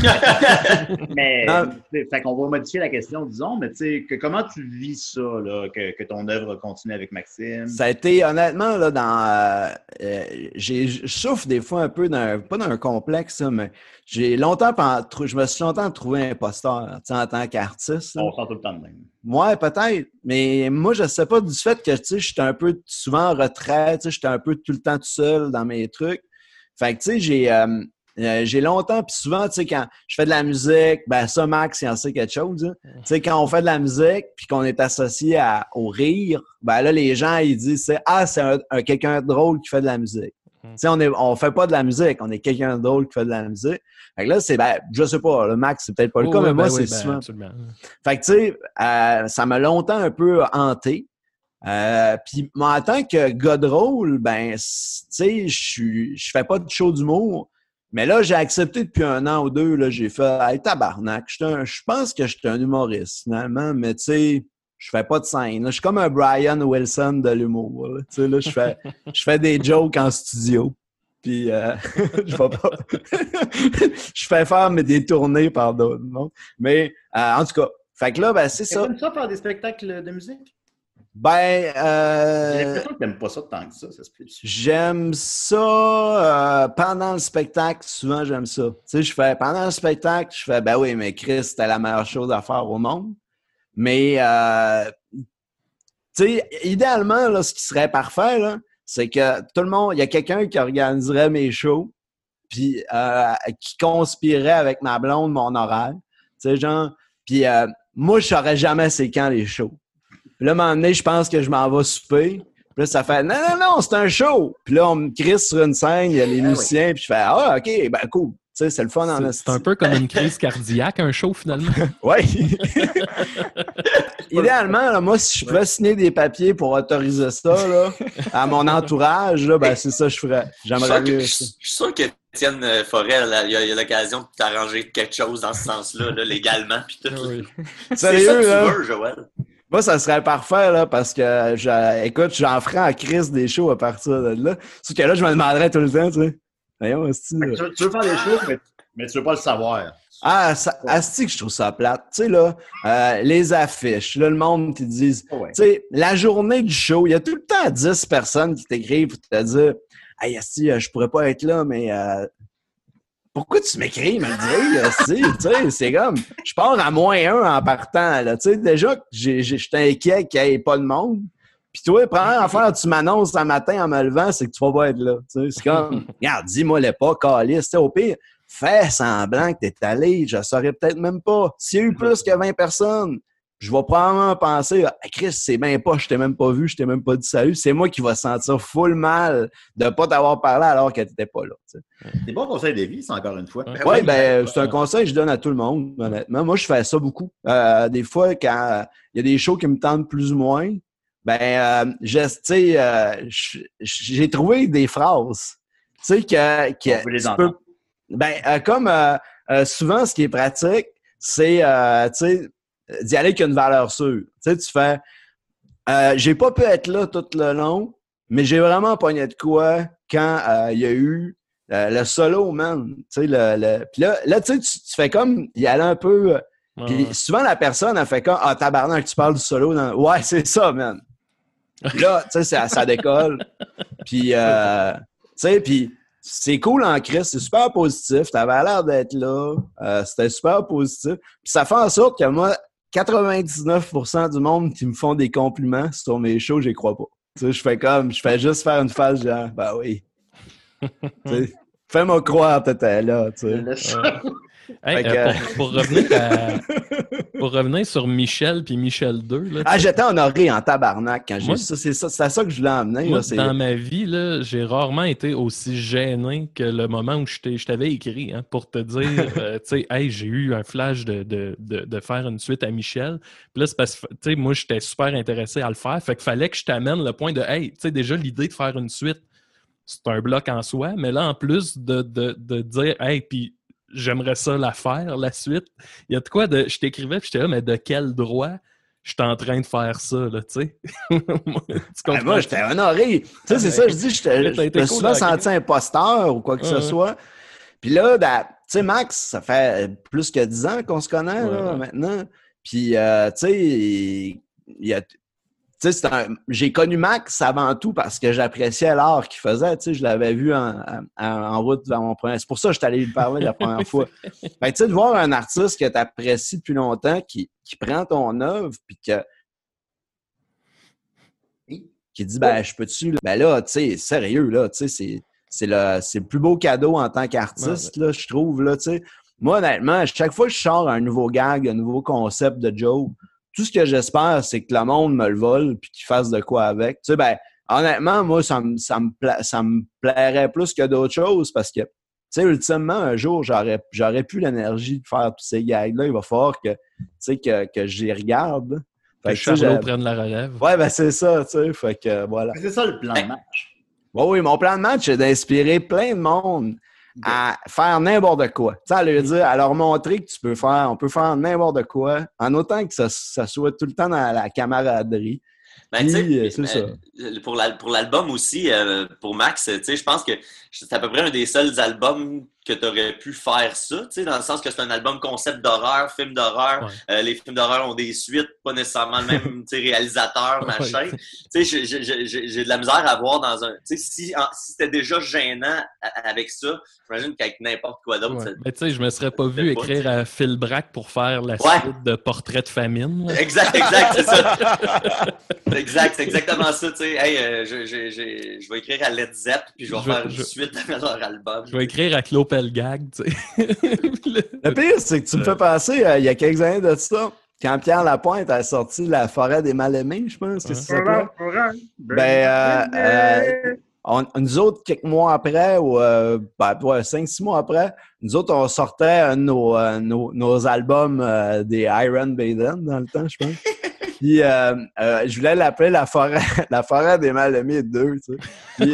Speaker 2: Mais, fait qu'on va modifier la question, disons, mais tu sais, comment tu vis ça, là, que ton œuvre continue avec Maxime?
Speaker 6: Ça a été, honnêtement, là, je souffre des fois un peu pas d'un complexe, ça, mais je me suis longtemps trouvé imposteur, tu sais, en tant qu'artiste.
Speaker 2: On sent tout le temps de même.
Speaker 6: Ouais, peut-être, mais moi, je sais pas du fait que, tu sais, j'étais un peu souvent en retrait, tu sais, j'étais un peu tout le temps tout seul dans mes trucs. Fait que, tu sais, j'ai longtemps, puis souvent, tu sais, quand je fais de la musique, ben ça, Max, il en sait quelque chose. Hein. Tu sais, quand on fait de la musique, puis qu'on est associé au rire, ben là, les gens, ils disent, c'est quelqu'un de drôle qui fait de la musique. Tu sais, on fait pas de la musique, on est quelqu'un de drôle qui fait de la musique. Fait que là, je sais pas, le Max, c'est peut-être pas le cas, mais moi, c'est souvent. Absolument. Fait que, tu sais, ça m'a longtemps un peu hanté. Puis, en tant que gars drôle, ben, tu sais, je fais pas de show d'humour. Mais là, j'ai accepté depuis 1 an ou 2, là, j'ai fait « Hey, tabarnak, je pense que je suis un humoriste, finalement, mais tu sais, je fais pas de scène. Là, je suis comme un Brian Wilson de l'humour. Tu sais, là, je fais des jokes en studio. Puis, je vais pas... je fais faire des tournées par d'autres. Non? Mais, en tout cas, fait que là, ben, c'est ça.
Speaker 2: Tu aimes ça faire des spectacles de musique?
Speaker 6: Ben,
Speaker 2: j'ai l'impression que t'aimes pas ça tant que ça se peut.
Speaker 6: J'aime ça pendant le spectacle, souvent j'aime ça. Tu sais, pendant le spectacle, je fais ben oui, mais Chris, c'était la meilleure chose à faire au monde. Mais tu sais, idéalement, là, ce qui serait parfait, là, c'est que tout le monde, il y a quelqu'un qui organiserait mes shows, puis qui conspirerait avec ma blonde mon horaire. Tu sais, genre, puis moi, je saurais jamais c'est quand les shows. Puis là, à un moment donné, je pense que je m'en vais souper. Puis là, ça fait « Non, c'est un show! » Puis là, on me crisse sur une scène, il y a les musiciens, puis je fais « Ah, OK, ben cool. » Tu sais, c'est le fun en
Speaker 3: C'est un peu comme une crise cardiaque, un show, finalement.
Speaker 6: Oui. Idéalement, là, moi, si je pouvais signer des papiers pour autoriser ça là, à mon entourage, là, ben c'est ça que je ferais. J'aimerais mieux ça.
Speaker 5: Je suis sûr qu'Étienne Forel, il a l'occasion de t'arranger quelque chose dans ce sens-là, là, légalement, puis tout.
Speaker 3: Oui.
Speaker 6: Sérieux,
Speaker 5: c'est ça que tu
Speaker 6: là?
Speaker 5: veux, Joël?
Speaker 6: Moi, ça serait parfait, là, parce que, écoute, j'en ferais en crise des shows à partir de là. Sauf que là, je me demanderais tout le temps, tu sais. Voyons,
Speaker 2: tu veux faire des shows, mais tu veux pas le savoir.
Speaker 6: Ah, asti que je trouve ça plate. Tu sais, là, les affiches, là, le monde qui disent, tu sais, la journée du show, il y a tout le temps 10 personnes qui t'écrivent pour te dire, hey, asti, je pourrais pas être là, mais pourquoi tu m'écris, me le dire, tu sais, c'est comme, je pars à -1 en partant, là, tu sais, déjà, j'étais inquiet qu'il n'y ait pas de monde. Puis toi, première affaire, tu m'annonces un matin en me levant, c'est que tu vas pas être là, tu sais, c'est comme, regarde, dis-moi-le pas, calice, tu sais, au pire, fais semblant que t'es allé, je saurais peut-être même pas. S'il y a eu plus que 20 personnes, je vais probablement penser, hey, Chris, c'est bien pas, je t'ai même pas vu, je t'ai même pas dit salut. C'est moi qui vais sentir full mal de pas t'avoir parlé alors que t'étais pas là. Tu sais.
Speaker 2: C'est bon conseil de vie, c'est encore une fois.
Speaker 6: Oui, ben, c'est un conseil que je donne à tout le monde, honnêtement. Moi, je fais ça beaucoup. Des fois, quand il y a des shows qui me tentent plus ou moins, ben, j'ai trouvé des phrases, tu sais, que tu peux, ben, comme souvent, ce qui est pratique, c'est, tu sais, d'y aller avec une valeur sûre. Tu sais, tu fais, j'ai pas pu être là tout le long, mais j'ai vraiment pogné de quoi quand il y a eu le solo, man. Tu sais, puis là, tu sais, tu fais comme, y aller un peu. Puis souvent, la personne, elle fait comme, ah, tabarnak, tu parles du solo. Ouais, c'est ça, man. Puis là, tu sais, ça décolle. Puis, tu sais, puis c'est cool en Christ, c'est super positif. T'avais l'air d'être là. C'était super positif. Puis ça fait en sorte que moi, 99% du monde qui me font des compliments sur mes shows, j'y crois pas. Tu sais, je fais juste faire une face genre, ben oui. Tu sais, fais-moi croire que t'étais là, tu sais.
Speaker 3: Hey, pour revenir sur Michel puis Michel 2. Là,
Speaker 6: j'étais honoré en tabarnak quand j'ai ça. C'est ça que je voulais emmener.
Speaker 3: Moi,
Speaker 6: là,
Speaker 3: dans ma vie, là, j'ai rarement été aussi gêné que le moment où je t'avais écrit pour te dire, tu sais, hey, j'ai eu un flash de faire une suite à Michel. Puis là, c'est parce que, tu sais, moi, j'étais super intéressé à le faire. Fait qu'il fallait que je t'amène le point de, hey, tu sais, déjà, l'idée de faire une suite, c'est un bloc en soi. Mais là, en plus de dire, hey, puis j'aimerais ça la faire, la suite. Il y a de quoi de. Je t'écrivais, puis j'étais là, mais de quel droit je suis en train de faire ça, là, tu sais?
Speaker 6: Moi, j'étais honoré. Tu sais, c'est ça, je dis, je me suis souvent senti imposteur ou quoi que ce soit. Puis là, tu sais, Max, ça fait plus que 10 ans qu'on se connaît, là, maintenant. Puis, tu sais, il y a. Tu sais, j'ai connu Max avant tout parce que j'appréciais l'art qu'il faisait. Tu sais, je l'avais vu en route vers mon premier. C'est pour ça que je suis allé lui parler la première fois. Fait que, tu sais, de voir un artiste que tu apprécies depuis longtemps qui prend ton œuvre puis qui dit, ben, je peux-tu. Ben là, tu sais, sérieux, là, tu sais, c'est le plus beau cadeau en tant qu'artiste, là, je trouve, là, tu sais. Moi, honnêtement, à chaque fois que je sors un nouveau gag, un nouveau concept de joke, tout ce que j'espère, c'est que le monde me le vole puis qu'il fasse de quoi avec. Tu sais, ben, honnêtement, moi, ça me plairait plus que d'autres choses parce que, tu sais, ultimement, un jour, j'aurais plus l'énergie de faire tous ces gags-là. Il va falloir que, tu sais, que j'y regarde.
Speaker 3: Fait que Charlot prenne la relève.
Speaker 6: Ouais, ben, c'est ça, tu sais. Fait que, voilà.
Speaker 2: C'est ça le plan de match.
Speaker 6: Oui, mon plan de match, c'est d'inspirer plein de monde à faire n'importe quoi. Tu sais, à leur montrer que on peut faire n'importe quoi, en autant que ça soit tout le temps dans la camaraderie.
Speaker 5: Ben,
Speaker 6: c'est ça.
Speaker 5: Pour l'album aussi, pour Max, tu sais, je pense que c'est à peu près un des seuls albums que tu aurais pu faire ça, tu sais, dans le sens que c'est un album concept d'horreur, film d'horreur. Ouais. Les films d'horreur ont des suites, pas nécessairement le même réalisateur, machin. Tu sais, j'ai de la misère à voir dans un... Tu sais, si c'était déjà gênant avec ça, j'imagine qu'avec n'importe quoi d'autre...
Speaker 3: Ouais. Mais tu sais, je me serais pas vu écrire à Phil Brack pour faire la suite de Portrait de famine. Là.
Speaker 5: Exact, c'est ça. C'est exactement ça, tu sais. Hey, je vais écrire à Led Zepp, puis je vais faire une suite à leur album.
Speaker 3: Je vais écrire à Claude Pelgag, tu sais.
Speaker 6: Le pire, c'est que tu me fais penser, il y a quelques années de ça, quand Pierre Lapointe a sorti La Forêt des Mal-Aimés, je pense que c'est ça. Nous autres, quelques mois après, ou 5-6 mois après, nous autres, on sortait nos albums des Iron Maiden dans le temps, je pense. Puis, je voulais l'appeler la forêt des Mal-Aimés 2, tu sais. Puis,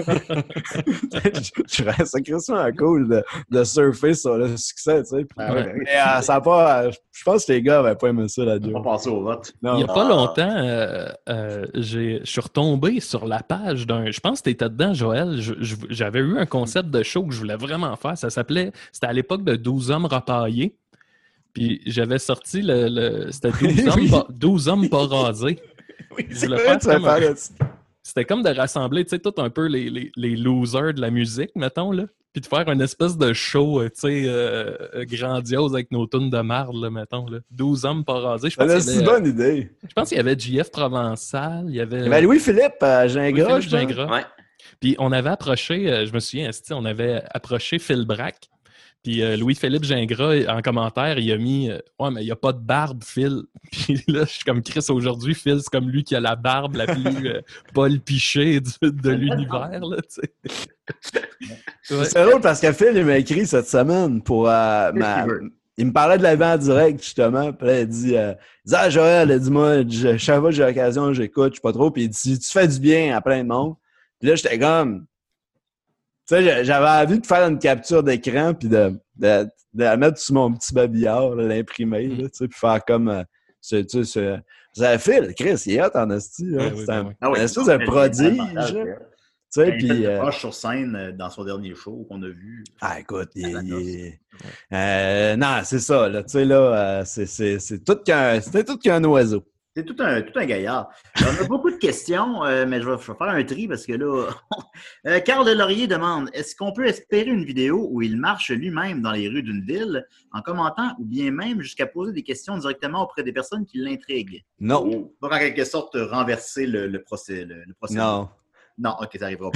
Speaker 6: je trouvais ça crissement cool de surfer sur le succès, tu sais. Mais ça n'a pas... Je pense que les gars n'avaient pas aimé ça, la joke.
Speaker 2: On va passer au vote.
Speaker 3: Il n'y a pas longtemps, je suis retombé sur la page d'un... Je pense que tu étais dedans, Joël. J'avais eu un concept de show que je voulais vraiment faire. Ça s'appelait... C'était à l'époque de 12 hommes repaillés. Puis j'avais sorti c'était 12 hommes pas rasés.
Speaker 6: Oui, c'est vrai,
Speaker 3: c'était comme de rassembler, tu sais, tout un peu les losers de la musique, mettons, là. Puis de faire une espèce de show, tu sais, grandiose avec nos tunes de marde, là, mettons, là. 12 hommes pas rasés.
Speaker 6: C'est une bonne idée.
Speaker 3: Je pense qu'il y avait JF Provençal, il y avait...
Speaker 6: Louis-Philippe Gingras.
Speaker 3: Louis-Philippe Gingras. Ouais. Puis on avait approché, je me souviens, on avait approché Phil Brack. Puis Louis-Philippe Gingras, en commentaire, il a mis « Ouais, mais il n'y a pas de barbe, Phil. » Puis là, je suis comme Chris aujourd'hui, Phil, c'est comme lui qui a la barbe la plus Paul Piché de l'univers, là, tu sais.
Speaker 6: Ouais. C'est drôle parce que Phil, il m'a écrit cette semaine pour il me parlait de la vie en direct, justement. Puis là, il dit ah, Joël, dis-moi, chaque fois que j'ai l'occasion, j'écoute, je sais pas trop. Puis il dit tu fais du bien à plein de monde. Puis là, j'étais comme... Tu sais, j'avais envie de faire une capture d'écran puis de la mettre sur mon petit babillard, là, l'imprimer, là, tu sais, puis faire comme... c'est Phil, Chris, il est hot en esti. C'est un espèce de prodige. Tu sais, puis...
Speaker 2: Il a sur scène dans son dernier show qu'on a vu.
Speaker 6: Ah, écoute, non, c'est ça, là, tu sais, là, c'était tout qu'un oiseau.
Speaker 2: C'est tout un gaillard. On a beaucoup de questions, mais je vais faire un tri parce que là... Carl Delaurier demande, est-ce qu'on peut espérer une vidéo où il marche lui-même dans les rues d'une ville en commentant ou bien même jusqu'à poser des questions directement auprès des personnes qui l'intriguent?
Speaker 6: Non.
Speaker 2: Donc, en quelque sorte, renverser le procès.
Speaker 6: Non.
Speaker 2: Non, OK, ça n'arrivera pas.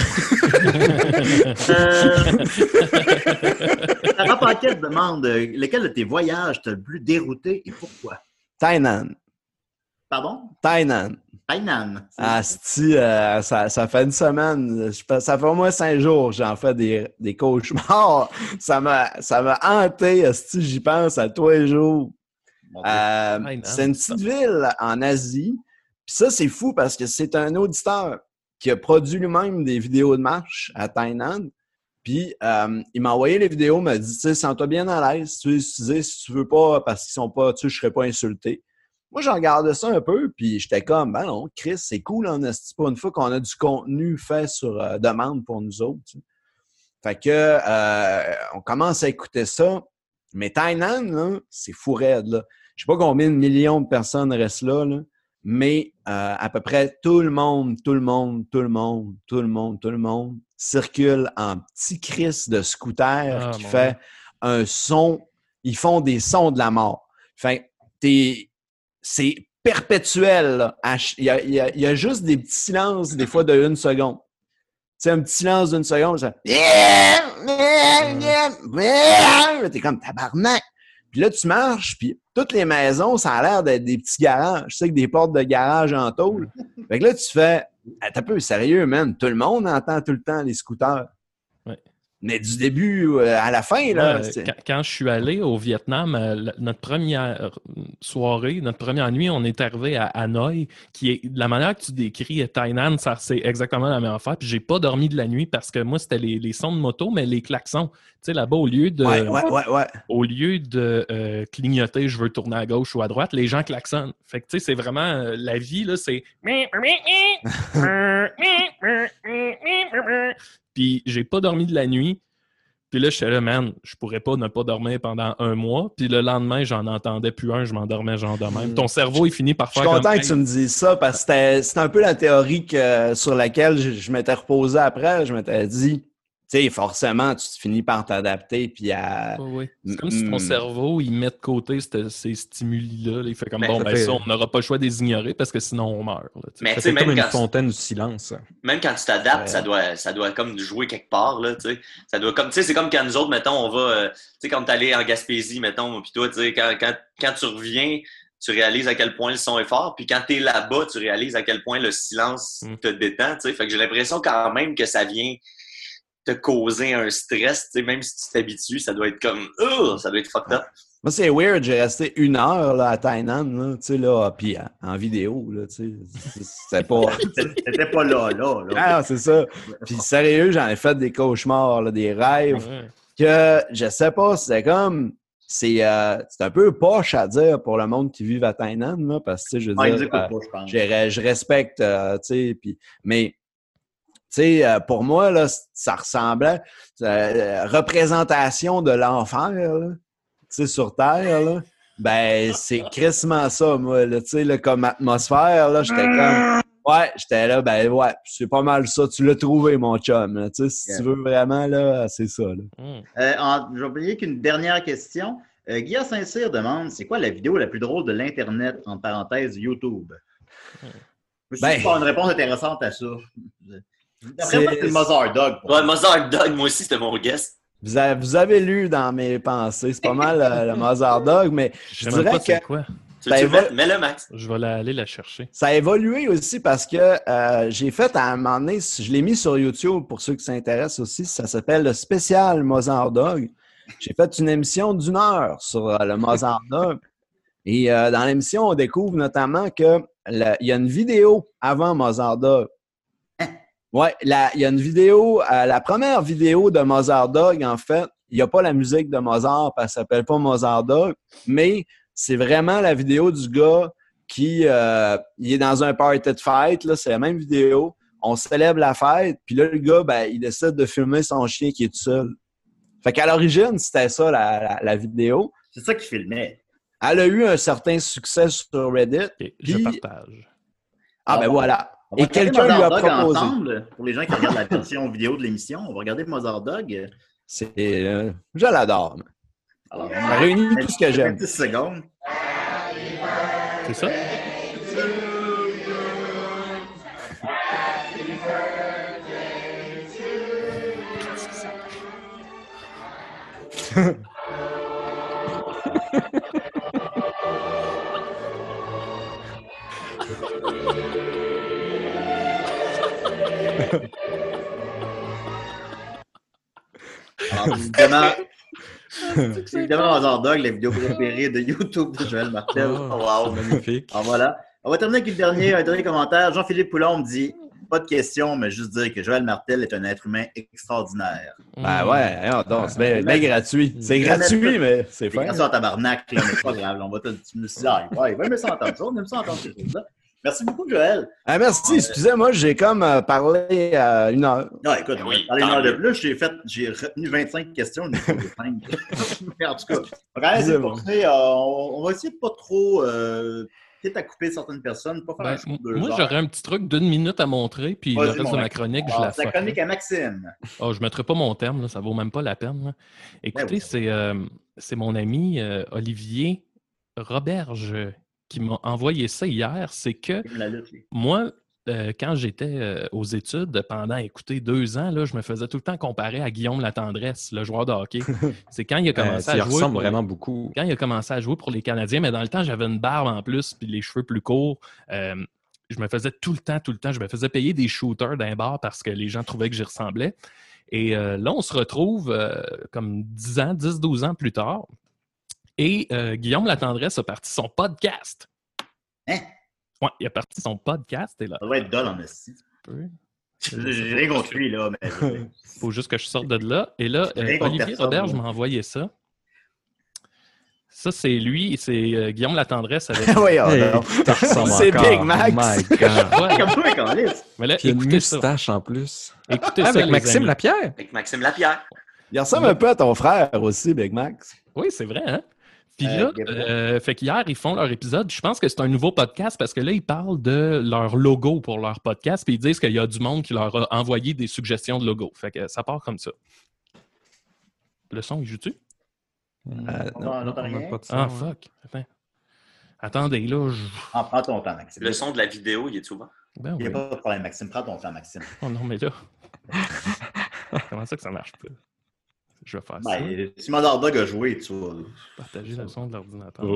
Speaker 2: Sarah Paquette demande, lequel de tes voyages t'a le plus dérouté et pourquoi?
Speaker 6: Tainan.
Speaker 2: Pardon?
Speaker 6: Tainan.
Speaker 2: Tainan.
Speaker 6: Ça fait une semaine. Ça fait au moins 5 jours que j'en fais des cauchemars. Ça m'a hanté. Asti, j'y pense à tous les jours. C'est une petite ville en Asie. Puis ça, c'est fou parce que c'est un auditeur qui a produit lui-même des vidéos de marche à Tainan. Puis il m'a envoyé les vidéos, m'a dit, tu sais, sens-toi bien à l'aise. Si tu veux pas, parce qu'ils sont pas, tu sais, je serais pas insulté. Moi, j'en regardais ça un peu, puis j'étais comme, ben non, Chris, c'est cool, on a pas une fois qu'on a du contenu fait sur demande pour nous autres. Tu sais. Fait que, on commence à écouter ça. Mais Tainan, là, c'est fou raide, là. Je sais pas combien de millions de personnes restent là, mais à peu près tout le monde circule en petit Chris de scooter qui fait un son. Ils font des sons de la mort. Fait c'est perpétuel. Là. Il y a juste des petits silences, des fois de 1 seconde. Tu sais, un petit silence d'1 seconde, ça. T'es comme tabarnak. Puis là, tu marches, puis toutes les maisons, ça a l'air d'être des petits garages. Tu sais, que des portes de garage en tôle. Fait que là, tu fais, t'es un peu sérieux, man. Tout le monde entend tout le temps les scooters. Ouais. Mais du début à la fin, là.
Speaker 3: Quand je suis allé au Vietnam, notre première soirée, notre première nuit, on est arrivé à Hanoï, qui est, de la manière que tu décris Tainan, ça c'est exactement la même affaire. Puis j'ai pas dormi de la nuit parce que moi, c'était les sons de moto, mais les klaxons. Tu sais, là-bas, au lieu de au lieu de clignoter, je veux tourner à gauche ou à droite, les gens klaxonnent. Fait que tu sais, c'est vraiment la vie, là, c'est. Puis j'ai pas dormi de la nuit. Puis là, j'étais là, man, je pourrais pas ne pas dormir pendant 1 mois. Puis le lendemain, j'en entendais plus un, je m'endormais genre de même. Ton cerveau, il finit par faire comme...
Speaker 6: Je suis content que tu me dises ça, parce que c'était un peu la théorie sur laquelle je m'étais reposé après. Je m'étais dit, tu sais, forcément, tu finis par t'adapter, puis à...
Speaker 3: Oui. C'est comme si ton cerveau, il met de côté ces stimuli-là. Il fait comme, ça, on n'aura pas le choix de les ignorer, parce que sinon, on meurt. Là,
Speaker 1: mais c'est comme une fontaine du silence.
Speaker 5: Même quand tu t'adaptes, ça doit comme jouer quelque part, là, tu sais. Ça doit comme, tu sais, c'est comme quand nous autres, mettons, on va, tu sais, quand t'es allé en Gaspésie, mettons, puis toi, tu sais, quand tu reviens, tu réalises à quel point le son est fort, puis quand t'es là-bas, tu réalises à quel point le silence te détend, tu sais. Fait que j'ai l'impression quand même que ça vient te causer un stress, tu sais, même si tu t'habitues, ça doit être comme, ça doit être fucked up.
Speaker 6: Moi, c'est weird, j'ai resté 1 heure là, à Tainan, tu sais, là, puis en vidéo, là, tu sais, c'était pas...
Speaker 2: T'étais pas là.
Speaker 6: Ah, c'est ça. Puis sérieux, j'en ai fait des cauchemars, là, des rêves, que, je sais pas, c'était comme... C'est un peu poche à dire pour le monde qui vit à Tainan, là, parce que, tu sais, je veux dire, je respecte, tu sais, puis... Mais... Tu sais, pour moi, là, ça ressemblait à représentation de l'enfer, là, tu sais, sur Terre, là. Ben, c'est crissement ça, moi, là, tu sais, là, comme atmosphère, là, j'étais comme... Ouais, j'étais là, ben ouais, c'est pas mal ça, tu l'as trouvé, mon chum, là, tu sais, si tu veux vraiment, là, c'est ça, là.
Speaker 2: J'ai oublié qu'une dernière question. Guillaume Saint-Cyr demande, c'est quoi la vidéo la plus drôle de l'Internet, entre parenthèses, YouTube? Je sais pas une réponse intéressante à ça. D'après moi, c'est le Mozart Dog.
Speaker 5: Ouais, Mozart Dog, moi aussi, c'était mon guest.
Speaker 6: Vous avez lu dans mes pensées, c'est pas mal le Mozart Dog, mais je dirais que...
Speaker 3: Quoi.
Speaker 5: Mets-le, Max.
Speaker 3: Je vais aller la chercher.
Speaker 6: Ça a évolué aussi parce que j'ai fait à un moment donné, je l'ai mis sur YouTube pour ceux qui s'intéressent aussi, ça s'appelle le spécial Mozart Dog. J'ai fait une émission d'1 heure sur le Mozart Dog. Et dans l'émission, on découvre notamment qu'il y a une vidéo avant Mozart Dog. Ouais, il y a une vidéo, la première vidéo de Mozart Dog, en fait, il n'y a pas la musique de Mozart parce qu'elle s'appelle pas Mozart Dog, mais c'est vraiment la vidéo du gars qui il est dans un party de fête, là, c'est la même vidéo, on célèbre la fête, puis là, le gars, ben, il décide de filmer son chien qui est tout seul. Fait qu'à l'origine, c'était ça, la vidéo.
Speaker 2: C'est ça qu'il filmait.
Speaker 6: Elle a eu un certain succès sur Reddit.
Speaker 3: Ok, je partage.
Speaker 6: Ah, ben voilà.
Speaker 2: On va
Speaker 6: Et
Speaker 2: regarder
Speaker 6: quelqu'un lui a
Speaker 2: Mozart Dog
Speaker 6: proposé.
Speaker 2: ensemble. Pour les gens qui regardent la version vidéo de l'émission, on va regarder Mozart Dog.
Speaker 6: Je l'adore.
Speaker 2: Alors,
Speaker 6: Ça réunit tout ce que j'aime.
Speaker 2: 10 secondes.
Speaker 3: C'est ça?
Speaker 2: Alors, évidemment, Mozart Dog, la vidéo préférée de YouTube de Joël Martel.
Speaker 1: Wow, magnifique.
Speaker 2: Alors voilà. On va terminer avec un dernier commentaire. Jean-Philippe Poulon me dit pas de question, mais juste dire que Joël Martel est un être humain extraordinaire.
Speaker 6: Ben ouais, donc, c'est bien gratuit. C'est gratuit, mais c'est
Speaker 2: C'est
Speaker 6: fin.
Speaker 2: grâce à tabarnak, là, mais c'est pas grave. Là, on va te me suis dit, il va aimer ça entendre ça. On aime ça entendre ces choses-là. Merci beaucoup, Joël.
Speaker 6: Ah, merci. Excusez-moi, j'ai comme parlé à 1 heure.
Speaker 2: Non, écoute, on va
Speaker 5: Oui,
Speaker 2: parler une
Speaker 5: tant
Speaker 2: heure de
Speaker 5: mieux.
Speaker 2: plus. J'ai retenu 25 questions. Mais en tout cas, on va essayer de continuer. On va essayer de pas trop quitte à couper certaines personnes, pas faire un show de 2
Speaker 3: moi,
Speaker 2: heures.
Speaker 3: j'aurais un petit truc d'1 minute à montrer, puis le
Speaker 2: Vas-y,
Speaker 3: reste
Speaker 2: mon
Speaker 3: de ma
Speaker 2: Max.
Speaker 3: chronique, je
Speaker 2: Alors,
Speaker 3: la
Speaker 2: c'est la
Speaker 3: ferai.
Speaker 2: chronique à Maxime.
Speaker 3: Oh, je ne mettrai pas mon terme, là, ça vaut même pas la peine. Là. Écoutez, c'est mon ami Olivier Roberge qui m'a envoyé ça hier. C'est que
Speaker 2: La lutte, lui.
Speaker 3: moi, quand j'étais aux études, pendant, écoutez, 2 ans, là, je me faisais tout le temps comparer à Guillaume Latendresse, le joueur de hockey. C'est quand il a commencé
Speaker 1: Il
Speaker 3: à jouer.
Speaker 1: ressemble vraiment beaucoup.
Speaker 3: Quand il a commencé à jouer pour les Canadiens, mais dans le temps, j'avais une barbe en plus, puis les cheveux plus courts. Je me faisais tout le temps, je me faisais payer des shooters d'un bar parce que les gens trouvaient que j'y ressemblais. Et là, on se retrouve comme 10-12 ans plus tard. Et Guillaume Latendresse a parti son podcast.
Speaker 2: Hein?
Speaker 3: Ouais, il a parti son podcast. Et là,
Speaker 2: Ça doit être dole en esti. J'ai rien contre lui, là, mais...
Speaker 3: Il faut juste que je sorte de là. Et là,
Speaker 2: Rien contre
Speaker 3: Olivier
Speaker 2: personne,
Speaker 3: Robert,
Speaker 2: là.
Speaker 3: m'a envoyé ça. Ça, c'est lui, c'est Guillaume Latendresse avec...
Speaker 6: Oui,
Speaker 1: Ça ressemble
Speaker 6: C'est
Speaker 1: encore.
Speaker 6: Big Max.
Speaker 1: My God.
Speaker 3: Ouais.
Speaker 2: Comme toi, Carlis.
Speaker 3: Mais là,
Speaker 1: Puis une
Speaker 3: écoutez ça.
Speaker 1: moustache en plus.
Speaker 3: Écoutez ça,
Speaker 1: Avec
Speaker 3: les
Speaker 1: Maxime
Speaker 3: amis.
Speaker 1: Lapierre.
Speaker 5: Avec Maxime Lapierre.
Speaker 6: Il ressemble un peu à ton frère aussi, Big Max.
Speaker 3: Oui, c'est vrai, hein? Puis là,
Speaker 2: Gabriel.
Speaker 3: fait qu'hier, ils font leur épisode. Je pense que c'est un nouveau podcast parce que là, ils parlent de leur logo pour leur podcast. Puis ils disent qu'il y a du monde qui leur a envoyé des suggestions de logo. Fait que ça part comme ça. Le son, il joue-tu?
Speaker 2: Non, j'entends
Speaker 1: on n'a
Speaker 2: rien.
Speaker 1: pas de son,
Speaker 3: Ah,
Speaker 1: hein.
Speaker 3: fuck. Attends. Attendez, là.
Speaker 2: Prends ton temps, Maxime.
Speaker 5: Le son de la vidéo, il est souvent.
Speaker 3: Ben
Speaker 2: Il n'y
Speaker 3: oui.
Speaker 2: a pas de problème, Maxime. Prends ton temps, Maxime.
Speaker 3: Oh non, mais là. Comment ça que ça marche pas? Je vais faire ça.
Speaker 2: Ben, si Mother Dog a joué, tu vois.
Speaker 3: Partager le son de l'ordinateur.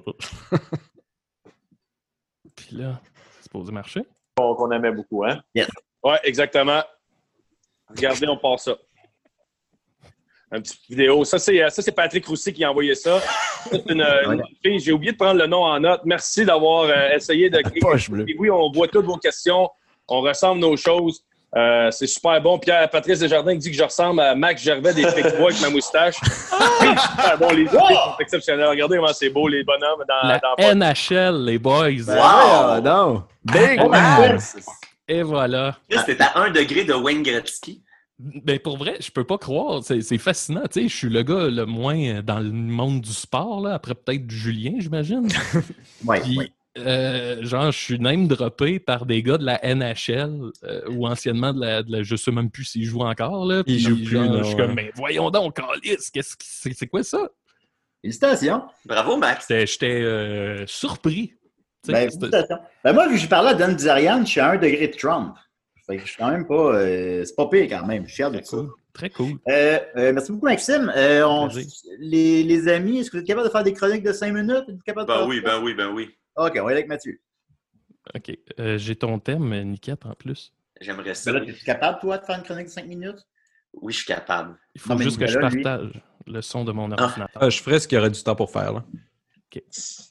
Speaker 3: Puis là, c'est supposé marcher.
Speaker 8: Qu'on aimait beaucoup, hein?
Speaker 2: Yes.
Speaker 8: Ouais, exactement. Regardez, on part ça. Une petite vidéo. Ça, c'est Patrick Roussy qui a envoyé ça. C'est une fille. J'ai oublié de prendre le nom en note. Merci d'avoir essayé de...
Speaker 6: Poche bleue.
Speaker 8: Et oui, on voit toutes vos questions. On ressemble nos choses. C'est super bon. Patrice Desjardins dit que je ressemble à Max Gervais des Pic Bois avec ma moustache. Oui, super bon. Les idées sont exceptionnelles. Regardez comment c'est beau, les bonhommes
Speaker 3: La NHL, les boys.
Speaker 6: Wow! Non! Big Max!
Speaker 3: Et voilà.
Speaker 5: Chris, t'es à 1 degré de Wayne Gretzky.
Speaker 3: Ben pour vrai, je peux pas croire. C'est fascinant. Tu sais, je suis le gars le moins dans le monde du sport, là, après peut-être Julien, j'imagine.
Speaker 2: Oui,
Speaker 3: Puis,
Speaker 2: oui.
Speaker 3: genre, je suis name droppé par des gars de la NHL ou anciennement de la je sais même plus s'ils jouent encore. Là. Puis,
Speaker 1: Ils jouent plus,
Speaker 3: genre,
Speaker 1: non,
Speaker 3: je suis
Speaker 1: ouais.
Speaker 3: comme, mais voyons donc, Calice, c'est quoi ça?
Speaker 2: Félicitations.
Speaker 5: Bravo, Max.
Speaker 3: J'étais surpris. Tu sais,
Speaker 2: Ben, félicitations. Ben, moi, vu que j'ai parlé à Dan Bizarian, je suis à 1 degré de Trump. Fait que je suis quand même pas... c'est pas pire quand même. Je suis fier de ça.
Speaker 3: Très cool.
Speaker 2: Merci beaucoup, Maxime. Les amis, est-ce que vous êtes capable de faire des chroniques de 5 minutes? Êtes-vous capable de
Speaker 5: Ben
Speaker 2: faire
Speaker 5: oui,
Speaker 2: ça?
Speaker 5: ben oui, ben oui.
Speaker 2: OK, on va y aller avec Mathieu.
Speaker 3: OK. J'ai ton thème, Niquette, en plus.
Speaker 5: J'aimerais ça.
Speaker 2: Ben là, es-tu capable, toi, de faire une chronique de 5 minutes?
Speaker 5: Oui, je suis capable.
Speaker 3: Il faut
Speaker 2: Non, mais
Speaker 3: juste que je
Speaker 2: là, lui-
Speaker 3: partage le son de mon ordinateur.
Speaker 1: Je ferais ce qu'il y aurait du temps pour faire. Là.
Speaker 3: OK.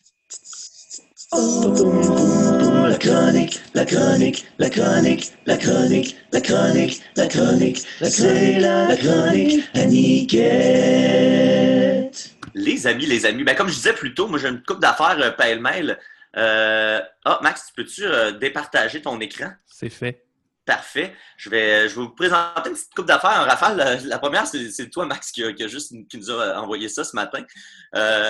Speaker 7: La chronique, la chronique, la chronique, la chronique, la chronique, la chronique, c'est la chronique à Niquette.
Speaker 5: Les amis, ben comme je disais plus tôt, moi j'ai une couple d'affaires pêle-mêle. Max, tu peux-tu départager ton écran?
Speaker 3: C'est fait.
Speaker 5: Parfait. Je vais vous présenter une petite couple d'affaires en rafale. La première, c'est toi, Max, qui nous a envoyé ça ce matin.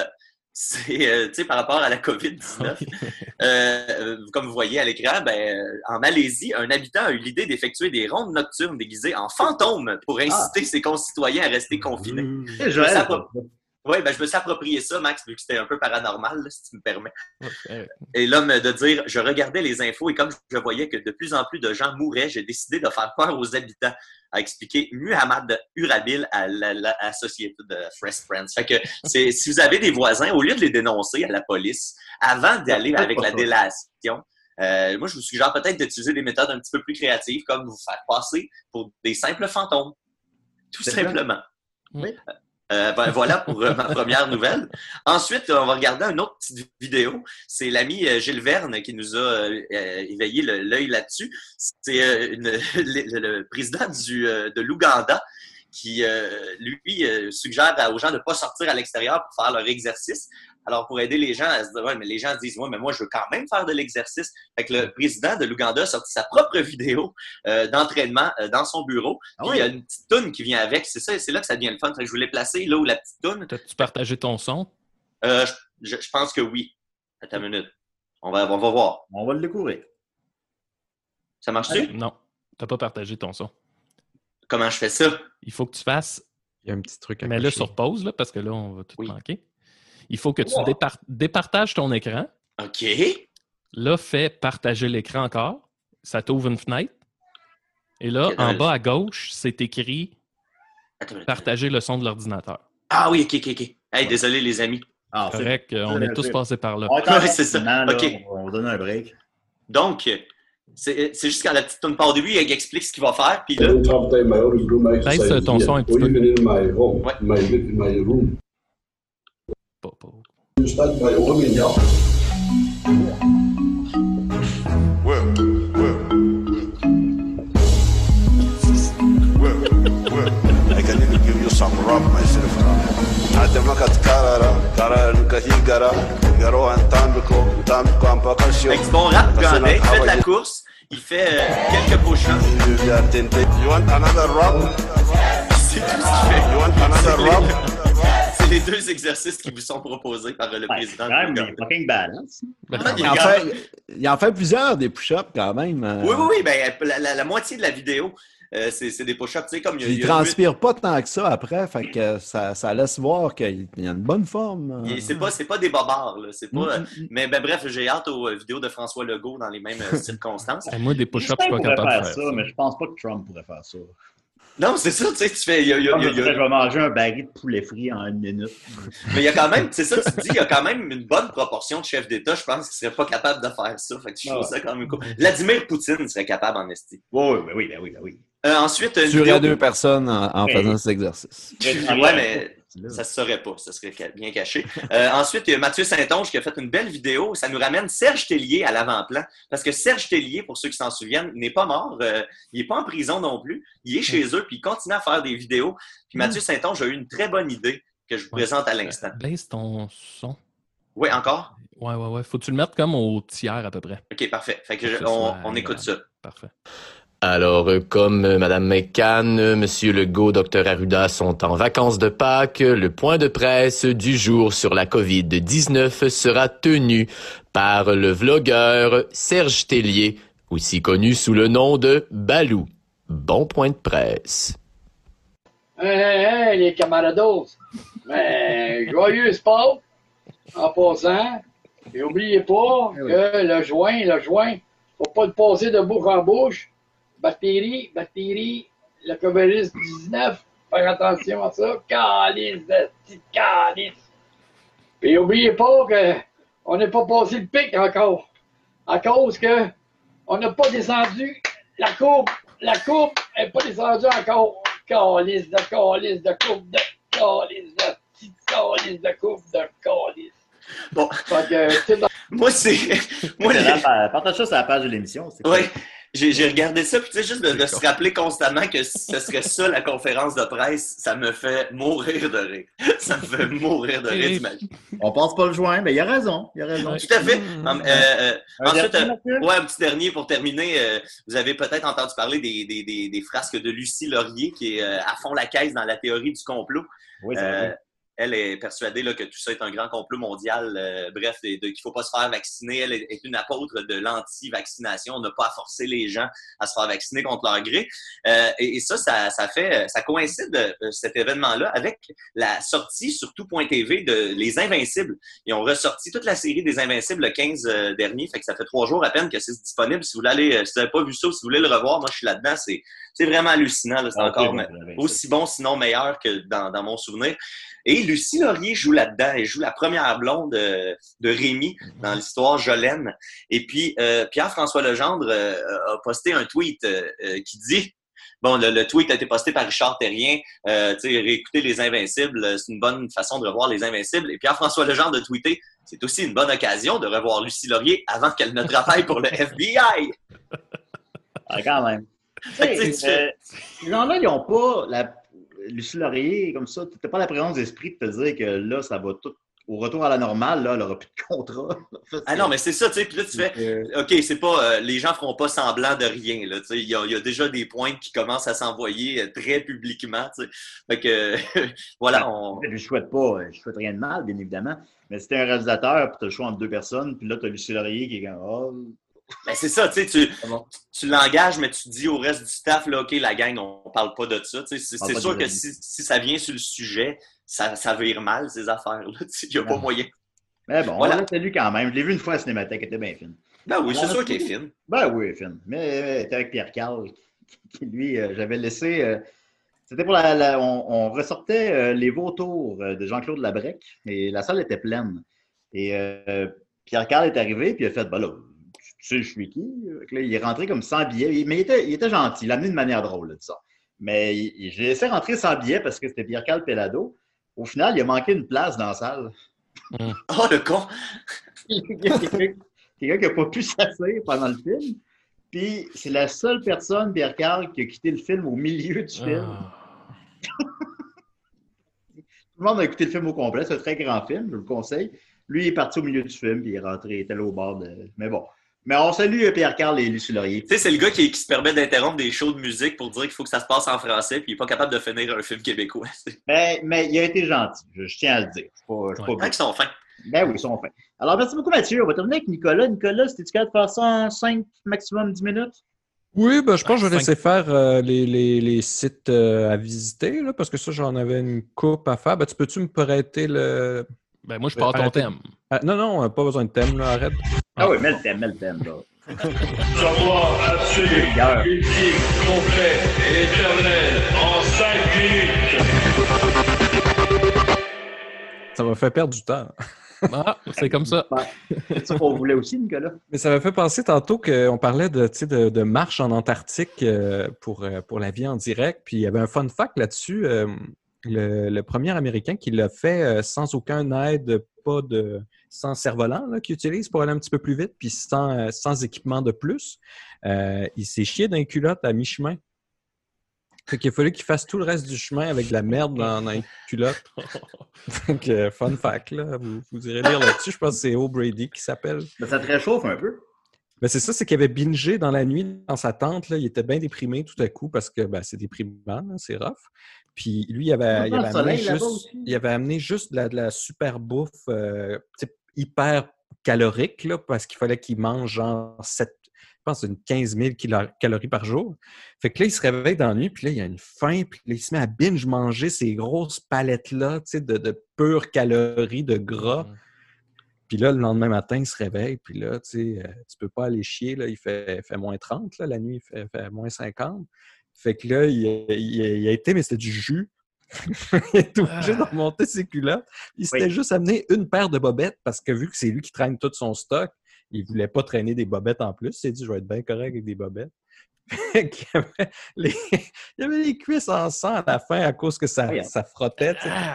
Speaker 5: c'est, tu sais, par rapport à la COVID-19, comme vous voyez à l'écran, en Malaisie, un habitant a eu l'idée d'effectuer des rondes nocturnes déguisées en fantômes pour inciter ses concitoyens à rester confinés. Oui, je me suis approprié ça, Max, vu que c'était un peu paranormal, là, si tu me permets. Et l'homme de dire, je regardais les infos et comme je voyais que de plus en plus de gens mouraient, j'ai décidé de faire peur aux habitants, a expliqué Muhammad Urabil à la société de Fresh Friends. Fait que si vous avez des voisins, au lieu de les dénoncer à la police, avant d'aller avec la délation, moi, je vous suggère peut-être d'utiliser des méthodes un petit peu plus créatives, comme vous faire passer pour des simples fantômes. Tout simplement.
Speaker 2: Oui.
Speaker 5: Voilà pour ma première nouvelle. Ensuite, on va regarder une autre petite vidéo. C'est l'ami Gilles Verne qui nous a éveillé l'œil là-dessus. C'est le président de l'Ouganda qui, lui, suggère aux gens de ne pas sortir à l'extérieur pour faire leur exercice. Alors, pour aider les gens à se dire, ouais, mais les gens disent, ouais, mais moi, je veux quand même faire de l'exercice. Fait que le président de l'Ouganda a sorti sa propre vidéo d'entraînement dans son bureau. Puis il y a une petite toune qui vient avec. C'est ça, c'est là que ça devient le fun. Fait que je voulais placer là où la petite toune.
Speaker 3: T'as-tu partagé ton son?
Speaker 5: Je pense que oui. Attends une minute. On va voir.
Speaker 2: On va le découvrir.
Speaker 5: Ça marche-tu?
Speaker 3: Non, t'as pas partagé ton son.
Speaker 5: Comment je fais ça?
Speaker 3: Il faut que tu fasses...
Speaker 1: Il y a un petit truc à
Speaker 3: mets-le sur pause, là, parce que là, on va tout manquer. Il faut que tu départages ton écran.
Speaker 5: OK.
Speaker 3: Là, fais partager l'écran encore. Ça t'ouvre une fenêtre. Et là, en bas à gauche, c'est écrit partager le son de l'ordinateur.
Speaker 5: Ah oui, OK. Hey, désolé, les amis.
Speaker 3: C'est correct, on est tous passés par là.
Speaker 5: Ouais, c'est ça.
Speaker 2: Là,
Speaker 5: OK.
Speaker 2: On va donner un break.
Speaker 5: Donc, c'est juste quand la petite tourne part au début, il explique ce qu'il va faire. Puis là...
Speaker 3: Baisse ton son un petit peu.
Speaker 9: You start by warming up.
Speaker 10: I can even give you some rap myself.
Speaker 5: Avec du bon rap gandais, il fait de la course, il fait quelques push-ups.
Speaker 10: You want another rap?
Speaker 5: C'est tout ce qu'il fait.
Speaker 10: You want another rap?
Speaker 5: C'est les deux exercices qui vous sont proposés par le président.
Speaker 2: Quand même, fucking balance.
Speaker 6: Il en fait plusieurs des push-ups quand même.
Speaker 5: Oui. La moitié de la vidéo, c'est des push-ups. Tu sais, comme
Speaker 6: il transpire pas tant que ça après, fait que ça laisse voir qu'il y a une bonne forme.
Speaker 5: C'est pas des bobards, là. C'est pas, mais bref, j'ai hâte aux vidéos de François Legault dans les mêmes circonstances.
Speaker 3: Moi, des push-ups, je suis pas capable de faire ça.
Speaker 2: Mais je pense pas que Trump pourrait faire ça.
Speaker 5: Non, c'est ça, tu sais, tu fais...
Speaker 2: Je vais manger un baguette de poulet frit en 1 minute.
Speaker 5: Mais il y a quand même, c'est ça, tu te dis, il y a quand même une bonne proportion de chefs d'État, je pense, qui ne seraient pas capables de faire ça. Fait que je trouve ça quand même cool. Vladimir Poutine serait capable en esti.
Speaker 2: Oui.
Speaker 5: Ensuite,
Speaker 6: tuerais 2 personnes en faisant cet exercice.
Speaker 5: Ouais, mais ça se saurait pas, ça serait bien caché. Ensuite, il y a Mathieu Saint-Onge qui a fait une belle vidéo. Ça nous ramène Serge Tellier à l'avant-plan. Parce que Serge Tellier, pour ceux qui s'en souviennent, n'est pas mort. Il n'est pas en prison non plus. Il est chez eux, puis il continue à faire des vidéos. Puis Mathieu Saint-Onge a eu une très bonne idée que je vous présente à l'instant.
Speaker 3: Baisse ton son.
Speaker 5: Oui, encore?
Speaker 3: Ouais. Faut que tu le mettes comme au tiers à peu près.
Speaker 5: OK, parfait. Fait que on écoute ça.
Speaker 3: Parfait.
Speaker 11: Alors, comme Mme McCann, Monsieur Legault, Dr Arruda sont en vacances de Pâques, le point de presse du jour sur la COVID-19 sera tenu par le vlogueur Serge Tellier, aussi connu sous le nom de Balou. Bon point de presse.
Speaker 12: Hey, les camarados! Joyeux sport en passant. Et n'oubliez pas que le joint, faut pas le passer de bouche en bouche. Bactéries, le COVID-19, faire attention à ça. Calice de petite calice. Et n'oubliez pas qu'on n'a pas passé le pic encore. À cause que on n'a pas descendu la courbe. La courbe n'est pas descendue encore. Calice de courbe de calice de petite calice de courbe de calice.
Speaker 5: Bon. Moi, c'est.
Speaker 2: Partage ça sur la page de l'émission.
Speaker 5: Oui. J'ai regardé ça, puis tu sais, juste de se rappeler constamment que ce serait ça la conférence de presse, ça me fait mourir de rire. Ça me fait mourir de rire, t'imagines.
Speaker 2: On pense pas le joint, mais il a raison. Tout
Speaker 5: à fait. Ensuite, un petit dernier pour terminer. Vous avez peut-être entendu parler des frasques de Lucie Laurier qui est à fond la caisse dans la théorie du complot.
Speaker 2: Oui,
Speaker 5: elle est persuadée là, que tout ça est un grand complot mondial. Bref, qu'il ne faut pas se faire vacciner. Elle est une apôtre de l'anti-vaccination. On n'a pas à forcer les gens à se faire vacciner contre leur gré. Et ça coïncide, cet événement-là, avec la sortie sur tout.tv de Les Invincibles. Ils ont ressorti toute la série des Invincibles le 15 dernier. Fait que ça fait 3 jours à peine que c'est disponible. Si vous voulez si vous n'avez pas vu ça ou si vous voulez le revoir, moi, je suis là-dedans. C'est vraiment hallucinant. Là. C'est encore aussi bon, sinon meilleur que dans mon souvenir. Et Lucie Laurier joue là-dedans. Elle joue la première blonde de Rémi dans l'histoire Jolene. Et puis, Pierre-François Legendre a posté un tweet qui dit... Bon, le tweet a été posté par Richard Terrien. Réécouter Les Invincibles, c'est une bonne façon de revoir Les Invincibles. Et Pierre-François Legendre a tweeté, c'est aussi une bonne occasion de revoir Lucie Laurier avant qu'elle ne travaille pour le FBI.
Speaker 2: Ah, quand même. Ces gens-là, ils n'ont pas Lucie Laurier, comme ça, tu n'as pas la présence d'esprit de te dire que là, ça va tout. Au retour à la normale, là, elle n'aura plus de contrat.
Speaker 5: Ah non, mais c'est ça, tu sais. Puis là, tu fais, OK, c'est pas. Les gens feront pas semblant de rien, là. Tu sais, il y a déjà des pointes qui commencent à s'envoyer très publiquement, tu sais. Fait que, voilà.
Speaker 2: Je ne souhaite rien de mal, bien évidemment. Mais si t'es un réalisateur, puis tu as le choix entre 2 personnes, puis là, tu as Lucie Laurier qui est comme. Oh.
Speaker 5: Ben, c'est ça, tu sais, tu l'engages, mais tu dis au reste du staff, là, OK, la gang, on parle pas de ça. C'est sûr que si ça vient sur le sujet, ça vire mal, ces affaires-là. Il n'y a pas moyen.
Speaker 2: Mais bon, voilà. On l'a salué quand même. Je l'ai vu une fois à Cinémathèque, elle était bien fine.
Speaker 5: Ben oui, c'est sûr qu'elle est fine.
Speaker 2: Ben oui, elle est fine. Mais elle était avec Pierre Carl, qui lui, j'avais laissé... C'était pour on ressortait Les Vautours de Jean-Claude Labrec, et la salle était pleine. Et Pierre Carl est arrivé, puis il a fait, ben là, tu sais, je suis qui? Là, il est rentré comme sans billet. Mais il était gentil. Il l'a amené de manière drôle, là, ça. Mais j'ai laissé rentrer sans billet parce que c'était Pierre-Carl Pelado. Au final, il a manqué une place dans la salle.
Speaker 5: Oh, le con!
Speaker 2: Quelqu'un qui n'a pas pu s'asseoir pendant le film. Puis, c'est la seule personne, Pierre-Carl, qui a quitté le film au milieu du film. Tout le monde a écouté le film au complet. C'est un très grand film, je vous le conseille. Lui, il est parti au milieu du film, puis il est rentré, il était là au bord de... Mais bon. Mais on salue Pierre-Carl et Lucie Laurier.
Speaker 5: Tu sais, c'est le gars qui se permet d'interrompre des shows de musique pour dire qu'il faut que ça se passe en français, puis il n'est pas capable de finir un film québécois.
Speaker 2: Mais il a été gentil, je tiens à le dire.
Speaker 5: Ils sont fins.
Speaker 2: Ben oui, ils sont fins. Alors, merci beaucoup, Mathieu. On va terminer avec Nicolas. Nicolas, c'était-tu capable de faire ça en 5, maximum 10 minutes?
Speaker 1: Oui, ben, je pense que je vais laisser faire les sites à visiter, là, parce que ça, j'en avais une coupe à faire. Ben, peux-tu me prêter le...
Speaker 3: Ben, moi, je pars ton thème.
Speaker 1: Non, pas besoin de thème, là, arrête.
Speaker 2: Ah oui, mets le thème, là.
Speaker 13: Savoir absolu, ultime, complet et éternel en 5 minutes.
Speaker 1: Ça m'a fait perdre du temps.
Speaker 3: Ah, c'est comme ça.
Speaker 2: C'est ça qu'on voulait aussi, Nicolas.
Speaker 1: Mais ça m'a fait penser tantôt qu'on parlait de marche en Antarctique pour la vie en direct. Puis il y avait un fun fact là-dessus. Le premier Américain qui l'a fait sans aucun aide, sans cerf-volant qu'il utilise pour aller un petit peu plus vite, puis sans équipement de plus, il s'est chié dans les culottes à mi-chemin. Fait qu'il a fallu qu'il fasse tout le reste du chemin avec de la merde dans les culottes. Donc, fun fact, là, vous irez lire là-dessus. Je pense que c'est O'Brady qui s'appelle.
Speaker 2: Mais ça te réchauffe un peu.
Speaker 1: Ben c'est ça, c'est qu'il avait bingé dans la nuit dans sa tente. Là. Il était bien déprimé tout à coup parce que c'est déprimant, là, c'est rough. Puis lui, il avait amené juste de la super bouffe hyper calorique là, parce qu'il fallait qu'il mange genre 15 000 calories par jour. Fait que là, il se réveille dans la nuit, puis là, il a une faim, puis là, il se met à binge manger ces grosses palettes-là de pures calories, de gras. Puis là, le lendemain matin, il se réveille, puis là, tu peux pas aller chier, là, il fait moins 30, là, la nuit, il fait moins 50. Fait que là, il a été, mais c'était du jus. Il est obligé de remonter ses culottes. Il s'était juste amené une paire de bobettes parce que vu que c'est lui qui traîne tout son stock, il voulait pas traîner des bobettes en plus. Il s'est dit, je vais être bien correct avec des bobettes. Il y avait les cuisses en sang à la fin à cause que ça frottait.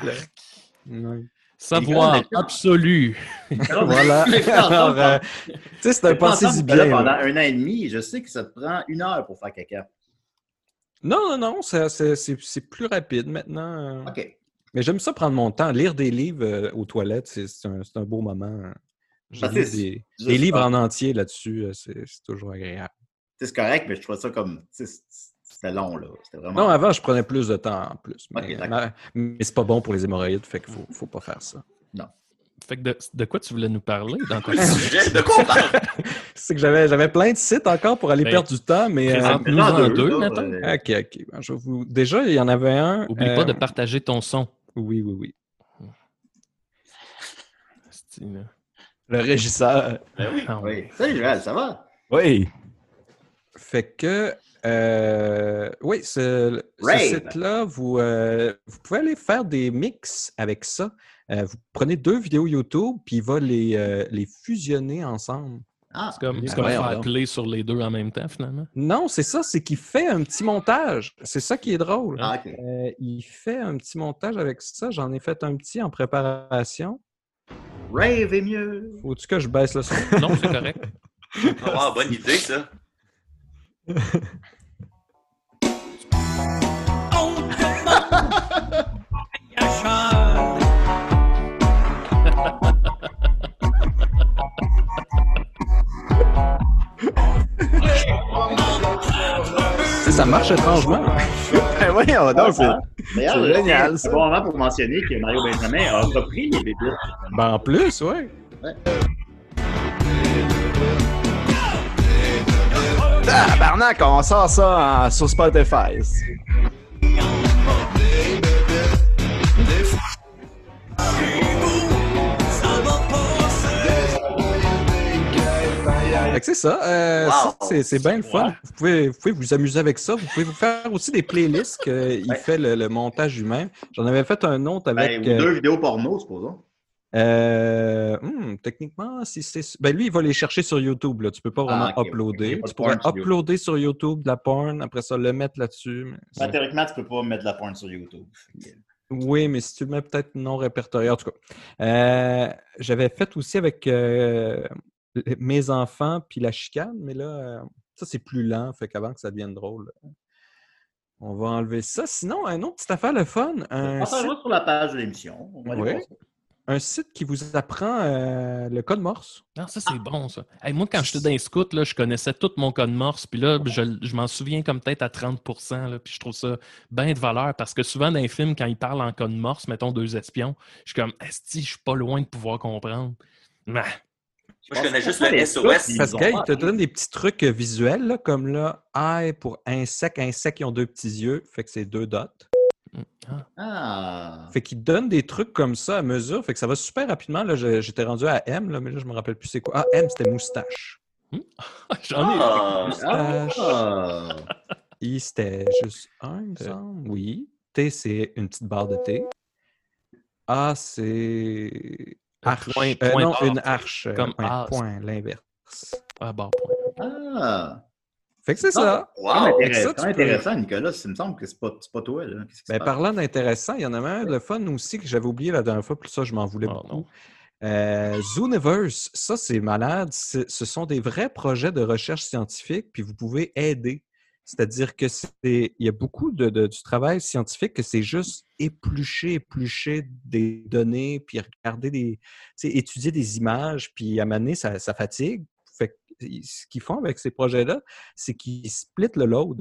Speaker 3: Savoir absolu.
Speaker 1: Voilà. Alors, c'est un pensée du bien.
Speaker 2: Pendant 1 an et demi, je sais que ça te prend 1 heure pour faire caca.
Speaker 1: Non, c'est plus rapide maintenant.
Speaker 2: OK.
Speaker 1: Mais j'aime ça prendre mon temps. Lire des livres aux toilettes, c'est un beau moment. J'ai lu des livres en entier là-dessus, c'est toujours agréable.
Speaker 2: C'est correct, mais je trouve ça comme... C'était long, là. C'était vraiment...
Speaker 1: Non, avant, je prenais plus de temps en plus. Mais,
Speaker 2: Ok, d'accord.
Speaker 1: mais c'est pas bon pour les hémorroïdes, fait qu'il faut pas faire ça.
Speaker 2: Non.
Speaker 3: Fait que de quoi tu voulais nous parler dans ta
Speaker 5: Sujet, de quoi on parle?
Speaker 1: C'est que j'avais plein de sites encore pour aller
Speaker 3: Ben,
Speaker 1: perdre du temps, mais...
Speaker 3: Présente-nous en deux,
Speaker 2: là,
Speaker 3: mettons.
Speaker 1: OK. Ben, je vais vous... Déjà, il y en avait un...
Speaker 3: Oublie pas de partager ton son.
Speaker 1: Oui.
Speaker 3: Style.
Speaker 6: Le régisseur.
Speaker 5: Ben oui.
Speaker 3: Ah,
Speaker 2: Oui. Salut, Joël, ça va?
Speaker 6: Oui.
Speaker 1: Fait que... oui, ce
Speaker 2: Rave.
Speaker 1: site-là, vous pouvez aller faire des mix avec ça. Vous prenez 2 vidéos YouTube, puis il va les fusionner ensemble.
Speaker 2: Ah,
Speaker 3: C'est comme
Speaker 6: voyons
Speaker 3: faire
Speaker 6: donc.
Speaker 3: play sur les deux en même temps, finalement.
Speaker 1: Non, c'est ça, c'est qu'il fait un petit montage. C'est ça qui est drôle.
Speaker 2: ah, OK.
Speaker 1: Il fait un petit montage avec ça. J'en ai fait un petit en préparation.
Speaker 2: Rave est mieux.
Speaker 1: Faut-tu que je baisse le son?
Speaker 3: Non, c'est correct.
Speaker 5: Ah, bonne idée, ça.
Speaker 1: Tu sais, ça marche étrangement.
Speaker 6: Ben voyons donc, c'est
Speaker 2: D'ailleurs,
Speaker 6: c'est génial,
Speaker 2: c'est
Speaker 6: ça.
Speaker 2: un bon moment pour mentionner que Mario Benjamin a repris les bébites.
Speaker 1: Ben, en plus, ouais.
Speaker 6: Tabarnak, on sort ça sur Spotify.
Speaker 1: Fait que c'est ça.
Speaker 5: Wow.
Speaker 1: C'est bien le fun. Vous pouvez vous amuser avec ça. Vous pouvez vous faire aussi des playlists qu'il fait le montage lui-même. J'en avais fait un autre avec...
Speaker 2: Ben, ou 2 vidéos porno, supposons.
Speaker 1: Techniquement, si c'est... Ben lui, il va les chercher sur YouTube. Là. Tu peux pas vraiment
Speaker 2: ok. Il y
Speaker 1: uploader.
Speaker 2: a pas de
Speaker 1: Tu pourrais
Speaker 2: porn sur
Speaker 1: uploader sur YouTube de la porn, après ça, le mettre là-dessus.
Speaker 2: Ben, théoriquement, tu peux pas mettre de la porn sur YouTube.
Speaker 1: Oui, mais si tu le mets peut-être non répertorié. En tout cas, j'avais fait aussi avec mes enfants puis la chicane, mais là, ça, c'est plus lent. Fait qu'avant que ça devienne drôle, on va enlever ça. Sinon, une autre petite affaire, le fun. Un
Speaker 2: Passez-le sur la page de l'émission. On va aller
Speaker 1: Oui.
Speaker 2: voir ça.
Speaker 1: Un site qui vous apprend le code Morse.
Speaker 3: Non, ça, c'est bon, ça. Hey, moi, quand j'étais dans les scouts, là, je connaissais tout mon code Morse, puis là, je m'en souviens comme peut-être à 30%, là, puis je trouve ça bien de valeur, parce que souvent, dans les films, quand ils parlent en code Morse, mettons 2 espions, je suis comme, esti, je suis pas loin de pouvoir comprendre.
Speaker 5: Moi, je connais juste le SOS.
Speaker 1: Parce qu'il te donne des petits trucs visuels, là, comme là, I pour insecte. Insecte, ils ont 2 petits yeux, fait que c'est 2 dots.
Speaker 2: Ah.
Speaker 1: Fait qu'il donne des trucs comme ça à mesure, fait que ça va super rapidement. Là, j'étais rendu à M, là, mais là, je me rappelle plus c'est quoi. Ah, M, c'était moustache.
Speaker 3: J'en ai
Speaker 5: Ah.
Speaker 1: Moustache.
Speaker 2: Ah.
Speaker 1: I, c'était juste un, il me semble. Oui. T, c'est une petite barre de thé. A, c'est... Arche.
Speaker 3: Point
Speaker 1: non,
Speaker 3: barre.
Speaker 1: une arche.
Speaker 3: Comme
Speaker 1: ouais,
Speaker 3: A.
Speaker 1: point, l'inverse.
Speaker 3: Ah, barre point.
Speaker 2: Ah.
Speaker 1: Fait que c'est ça.
Speaker 5: Wow.
Speaker 1: Fait que ça,
Speaker 2: C'est
Speaker 1: tu peux-
Speaker 2: intéressant, Nicolas. Il me semble que c'est pas toi. Là. Qu'est-ce qui se
Speaker 1: Ben,
Speaker 2: passe?
Speaker 1: parlant d'intéressant, il y en avait un de fun aussi que j'avais oublié la dernière fois, puis ça, je m'en voulais
Speaker 3: Oh,
Speaker 1: beaucoup. Zooniverse, ça, c'est malade. Ce sont des vrais projets de recherche scientifique, puis vous pouvez aider. C'est-à-dire que il y a beaucoup du travail scientifique que c'est juste éplucher des données, puis regarder étudier des images, puis à un moment donné, ça fatigue. Fait que ce qu'ils font avec ces projets-là, c'est qu'ils splitent le load.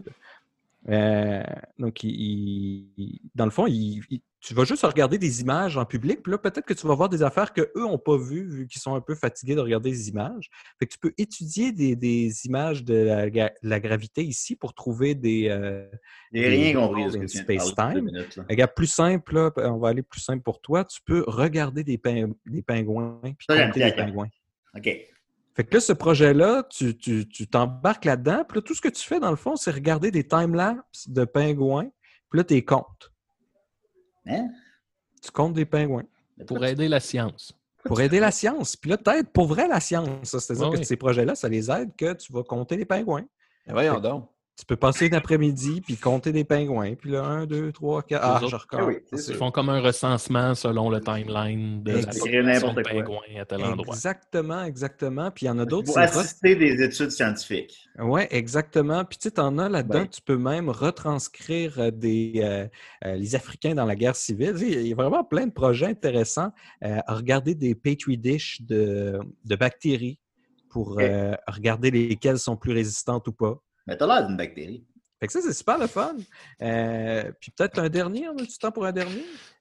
Speaker 1: Donc, dans le fond, tu vas juste regarder des images en public, puis là, peut-être que tu vas voir des affaires qu'eux n'ont pas vues, vu qu'ils sont un peu fatigués de regarder des images. Fait que tu peux étudier des images de la gravité ici pour trouver des
Speaker 2: rien compris de ce que tu viens de parler
Speaker 1: space-time.
Speaker 2: 2 minutes, là.
Speaker 1: Regarde, plus simple, là, on va aller plus simple pour toi. Tu peux regarder des pingouins, puis
Speaker 2: Ça, j'aime
Speaker 1: compter
Speaker 2: bien,
Speaker 1: des pingouins.
Speaker 2: OK.
Speaker 1: Fait que là, ce projet-là, tu t'embarques là-dedans. Puis là, tout ce que tu fais, dans le fond, c'est regarder des timelapses de pingouins. Puis là, tu les comptes.
Speaker 2: Hein?
Speaker 1: Tu comptes des pingouins.
Speaker 3: Pour aider la science.
Speaker 1: Pour aider la science. Puis là, t'aides pour vrai la science. Ça. C'est-à-dire que
Speaker 3: Oui.
Speaker 1: ces projets-là, ça les aide que tu vas compter les pingouins.
Speaker 6: Ben voyons donc.
Speaker 1: Tu peux passer une après-midi puis compter des pingouins. Puis là, 1, 2, 3, 4... Ah,
Speaker 3: autres,
Speaker 1: je recommence.
Speaker 2: oui, c'est
Speaker 3: Ils
Speaker 2: sûr.
Speaker 3: font comme un recensement selon le timeline de la
Speaker 1: Exactement.
Speaker 3: population de
Speaker 2: N'importe quoi.
Speaker 3: pingouins à tel endroit.
Speaker 1: Exactement. Puis il y en a d'autres.
Speaker 2: Pour assister des études scientifiques.
Speaker 1: Oui, exactement. Puis tu sais, t'en as là-dedans,
Speaker 2: Ouais.
Speaker 1: tu peux même retranscrire les Africains dans la guerre civile. Tu sais, il y a vraiment plein de projets intéressants à regarder des petri dish de bactéries pour regarder lesquelles sont plus résistantes ou pas.
Speaker 2: Mais t'as l'air d'une bactérie.
Speaker 1: Fait que ça, c'est super le fun. Puis peut-être un dernier, on a du temps pour un dernier?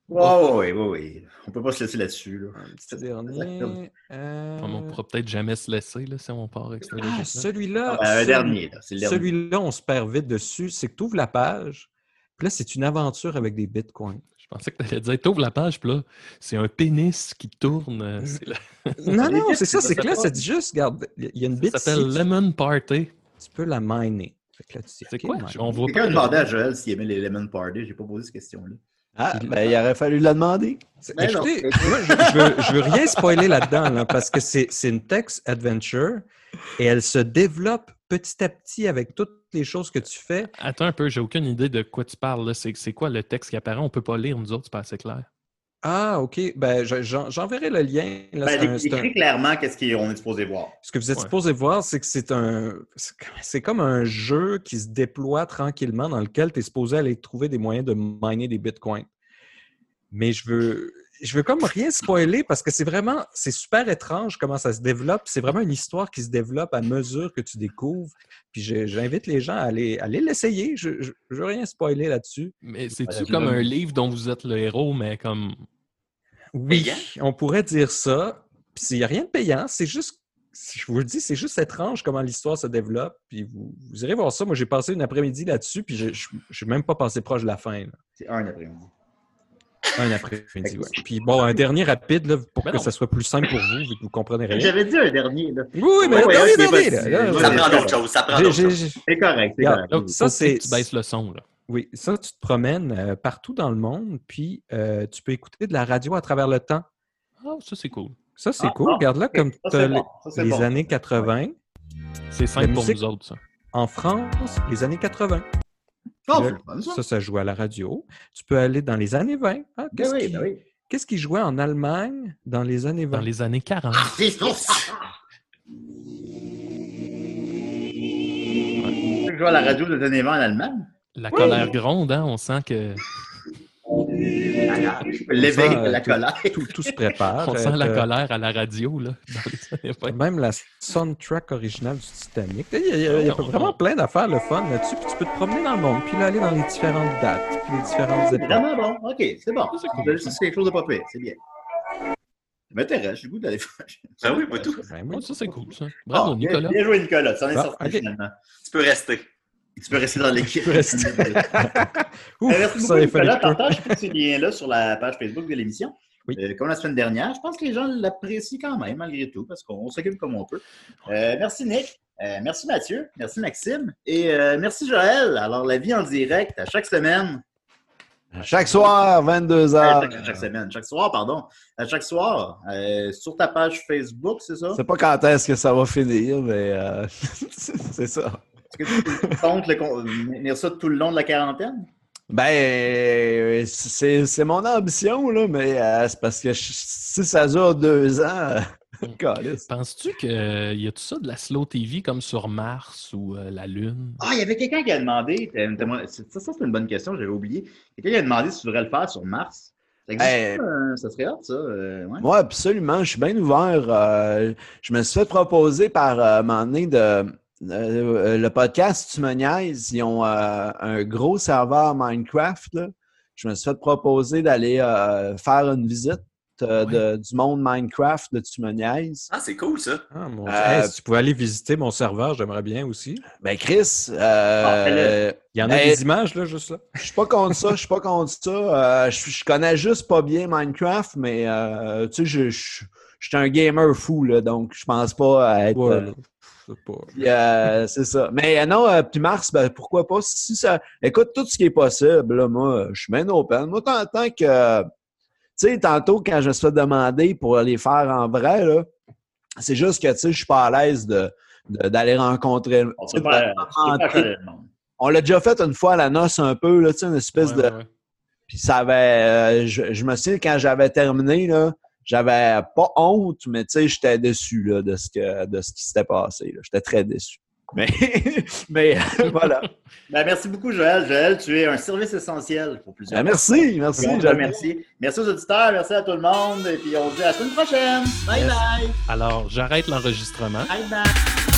Speaker 2: Oui. On peut pas se laisser là-dessus. Là.
Speaker 1: Un petit dernier.
Speaker 3: On pourra peut-être jamais se laisser là, si on part avec ça.
Speaker 1: Celui-là.
Speaker 2: Un dernier. Là, c'est le dernier.
Speaker 1: Celui-là, on se perd vite dessus. C'est que tu ouvres la page, puis là, c'est une aventure avec des bitcoins.
Speaker 3: Je pensais que tu allais dire, tu ouvres la page, puis là, c'est un pénis qui tourne.
Speaker 1: Non, c'est ça. C'est que là, ça dit juste, regarde, il y a une bit.
Speaker 3: Ça s'appelle Lemon Party.
Speaker 1: Tu peux la miner.
Speaker 3: C'est quoi? On voit
Speaker 2: quelqu'un a demandé à Joël s'il aimait les Lemon Party. J'ai pas posé cette question-là.
Speaker 6: Il aurait fallu la demander.
Speaker 1: Écoutez, moi, je veux rien spoiler là-dedans, là, parce que c'est une text adventure et elle se développe petit à petit avec toutes les choses que tu fais.
Speaker 3: Attends un peu, j'ai aucune idée de quoi tu parles. Là. C'est quoi le texte qui apparaît? On peut pas lire, nous autres, c'est pas assez clair.
Speaker 1: Ah, OK. Ben, j'enverrai le lien. Là,
Speaker 2: écrit clairement qu'est-ce qu'on est supposé voir.
Speaker 1: Ce que vous êtes supposé voir, c'est que c'est comme un jeu qui se déploie tranquillement dans lequel tu es supposé aller trouver des moyens de miner des bitcoins. Mais je veux comme rien spoiler parce que c'est super étrange comment ça se développe. C'est vraiment une histoire qui se développe à mesure que tu découvres. Puis j'invite les gens à aller l'essayer. Je veux rien spoiler là-dessus.
Speaker 3: Mais c'est-tu comme un livre dont vous êtes le héros, mais comme...
Speaker 1: Oui, on pourrait dire ça. Puis il n'y a rien de payant. C'est juste, je vous le dis, c'est juste étrange comment l'histoire se développe. Puis vous irez voir ça. Moi, j'ai passé une après-midi là-dessus. Puis je suis même pas passé proche de la fin. Là.
Speaker 2: C'est un après-midi.
Speaker 1: Un après-midi, oui. Puis bon, un dernier rapide là, pour que ça soit plus simple pour vous, vu que vous comprenez rien.
Speaker 2: J'avais dit un dernier. Là.
Speaker 1: Oui, mais un dernier.
Speaker 5: Ça prend d'autres choses.
Speaker 2: C'est correct.
Speaker 1: Donc, ça, c'est...
Speaker 3: Tu baisses le son, là.
Speaker 1: Oui, ça, tu te promènes partout dans le monde, puis tu peux écouter de la radio à travers le temps.
Speaker 3: Ah, ça, c'est cool.
Speaker 1: Ça, c'est cool. Regarde là, comme tu as les années 80.
Speaker 3: C'est simple pour nous autres, ça.
Speaker 1: En France, les années 80. Ça joue à la radio. Tu peux aller dans les années 20. Ah, qu'est-ce qui jouait en Allemagne dans les années 20?
Speaker 3: Dans les années 40.
Speaker 2: C'est ça! Tu joues à la radio des années 20 en Allemagne?
Speaker 3: La colère gronde, hein? On sent que...
Speaker 2: L'éveil de la colère.
Speaker 1: Tout se prépare.
Speaker 3: On sent la colère à la radio, là.
Speaker 1: Même la soundtrack originale du Titanic. Il y a vraiment plein d'affaires, le fun là-dessus. Puis tu peux te promener dans le monde, puis là, aller dans les différentes dates, puis les différentes époques.
Speaker 2: Vraiment bon. OK, c'est bon. C'est quelque chose de pas pire. C'est bien. Ça m'intéresse. J'ai le goût d'aller faire.
Speaker 5: Ah oui, pas tout.
Speaker 3: Ça, c'est cool, ça. Bravo, Nicolas.
Speaker 2: Bien joué, Nicolas. Tu en es sorti, finalement.
Speaker 5: Tu peux rester.
Speaker 2: Tu peux rester dans l'équipe.
Speaker 1: Merci beaucoup,
Speaker 2: Nicolas. Partage ces liens-là sur la page Facebook de l'émission.
Speaker 1: Oui.
Speaker 2: Comme la semaine dernière. Je pense que les gens l'apprécient quand même, malgré tout, parce qu'on s'occupe comme on peut. Merci, Nick. Merci, Mathieu. Merci, Maxime. Et merci, Joël. Alors, la vie en direct, à chaque semaine.
Speaker 6: Chaque soir, 22h.
Speaker 2: Chaque semaine. Chaque soir, pardon. À chaque soir, sur ta page Facebook, c'est ça?
Speaker 6: C'est pas quand est-ce que ça va finir, mais c'est ça.
Speaker 2: Est-ce que tu comptes tenir ça tout le long de la quarantaine?
Speaker 6: Ben, c'est mon ambition, là, mais c'est parce que si ça dure 2 ans,
Speaker 3: penses-tu qu'il y a tout ça de la slow TV comme sur Mars ou la Lune?
Speaker 2: Ah, il y avait quelqu'un qui a demandé, ça c'est une bonne question, j'avais oublié. Quelqu'un qui a demandé si tu voudrais le faire sur Mars. Ça existe ça serait hot, ça. Ouais.
Speaker 6: Moi, absolument, je suis bien ouvert. Je me suis fait proposer par un moment donné le podcast Tu me niaises, ils ont un gros serveur Minecraft. Là. Je me suis fait proposer d'aller faire une visite du monde Minecraft de Tu me niaises.
Speaker 5: Ah, c'est cool, ça.
Speaker 1: Ah, mon Dieu. Si tu pouvais aller visiter mon serveur, j'aimerais bien aussi.
Speaker 6: Ben, Chris,
Speaker 1: il y en a des images, là, juste là.
Speaker 6: Je suis pas contre ça, je connais juste pas bien Minecraft, mais tu sais, je suis un gamer fou, là, donc je pense pas être... c'est ça. Mais non, puis Mars, ben, pourquoi pas? Si ça... Écoute, tout ce qui est possible, là, moi, je suis bien open. Moi, tant que... Tu sais, tantôt, quand je me suis fait demander pour les faire en vrai, là, c'est juste que, tu sais, je suis pas à l'aise d'aller rencontrer... On l'a déjà fait une fois à la noce un peu, là, tu sais, une espèce de... Puis ça avait... je me souviens, quand j'avais terminé, là, j'avais pas honte, mais tu sais, j'étais déçu là, de ce qui s'était passé. Là. J'étais très déçu. Mais voilà.
Speaker 2: Ben, merci beaucoup, Joël. Joël, tu es un service essentiel pour plusieurs.
Speaker 6: Merci.
Speaker 2: Merci aux auditeurs, merci à tout le monde. Et puis on se dit à la semaine prochaine. Bye bye.
Speaker 3: Alors, j'arrête l'enregistrement.
Speaker 2: Bye bye.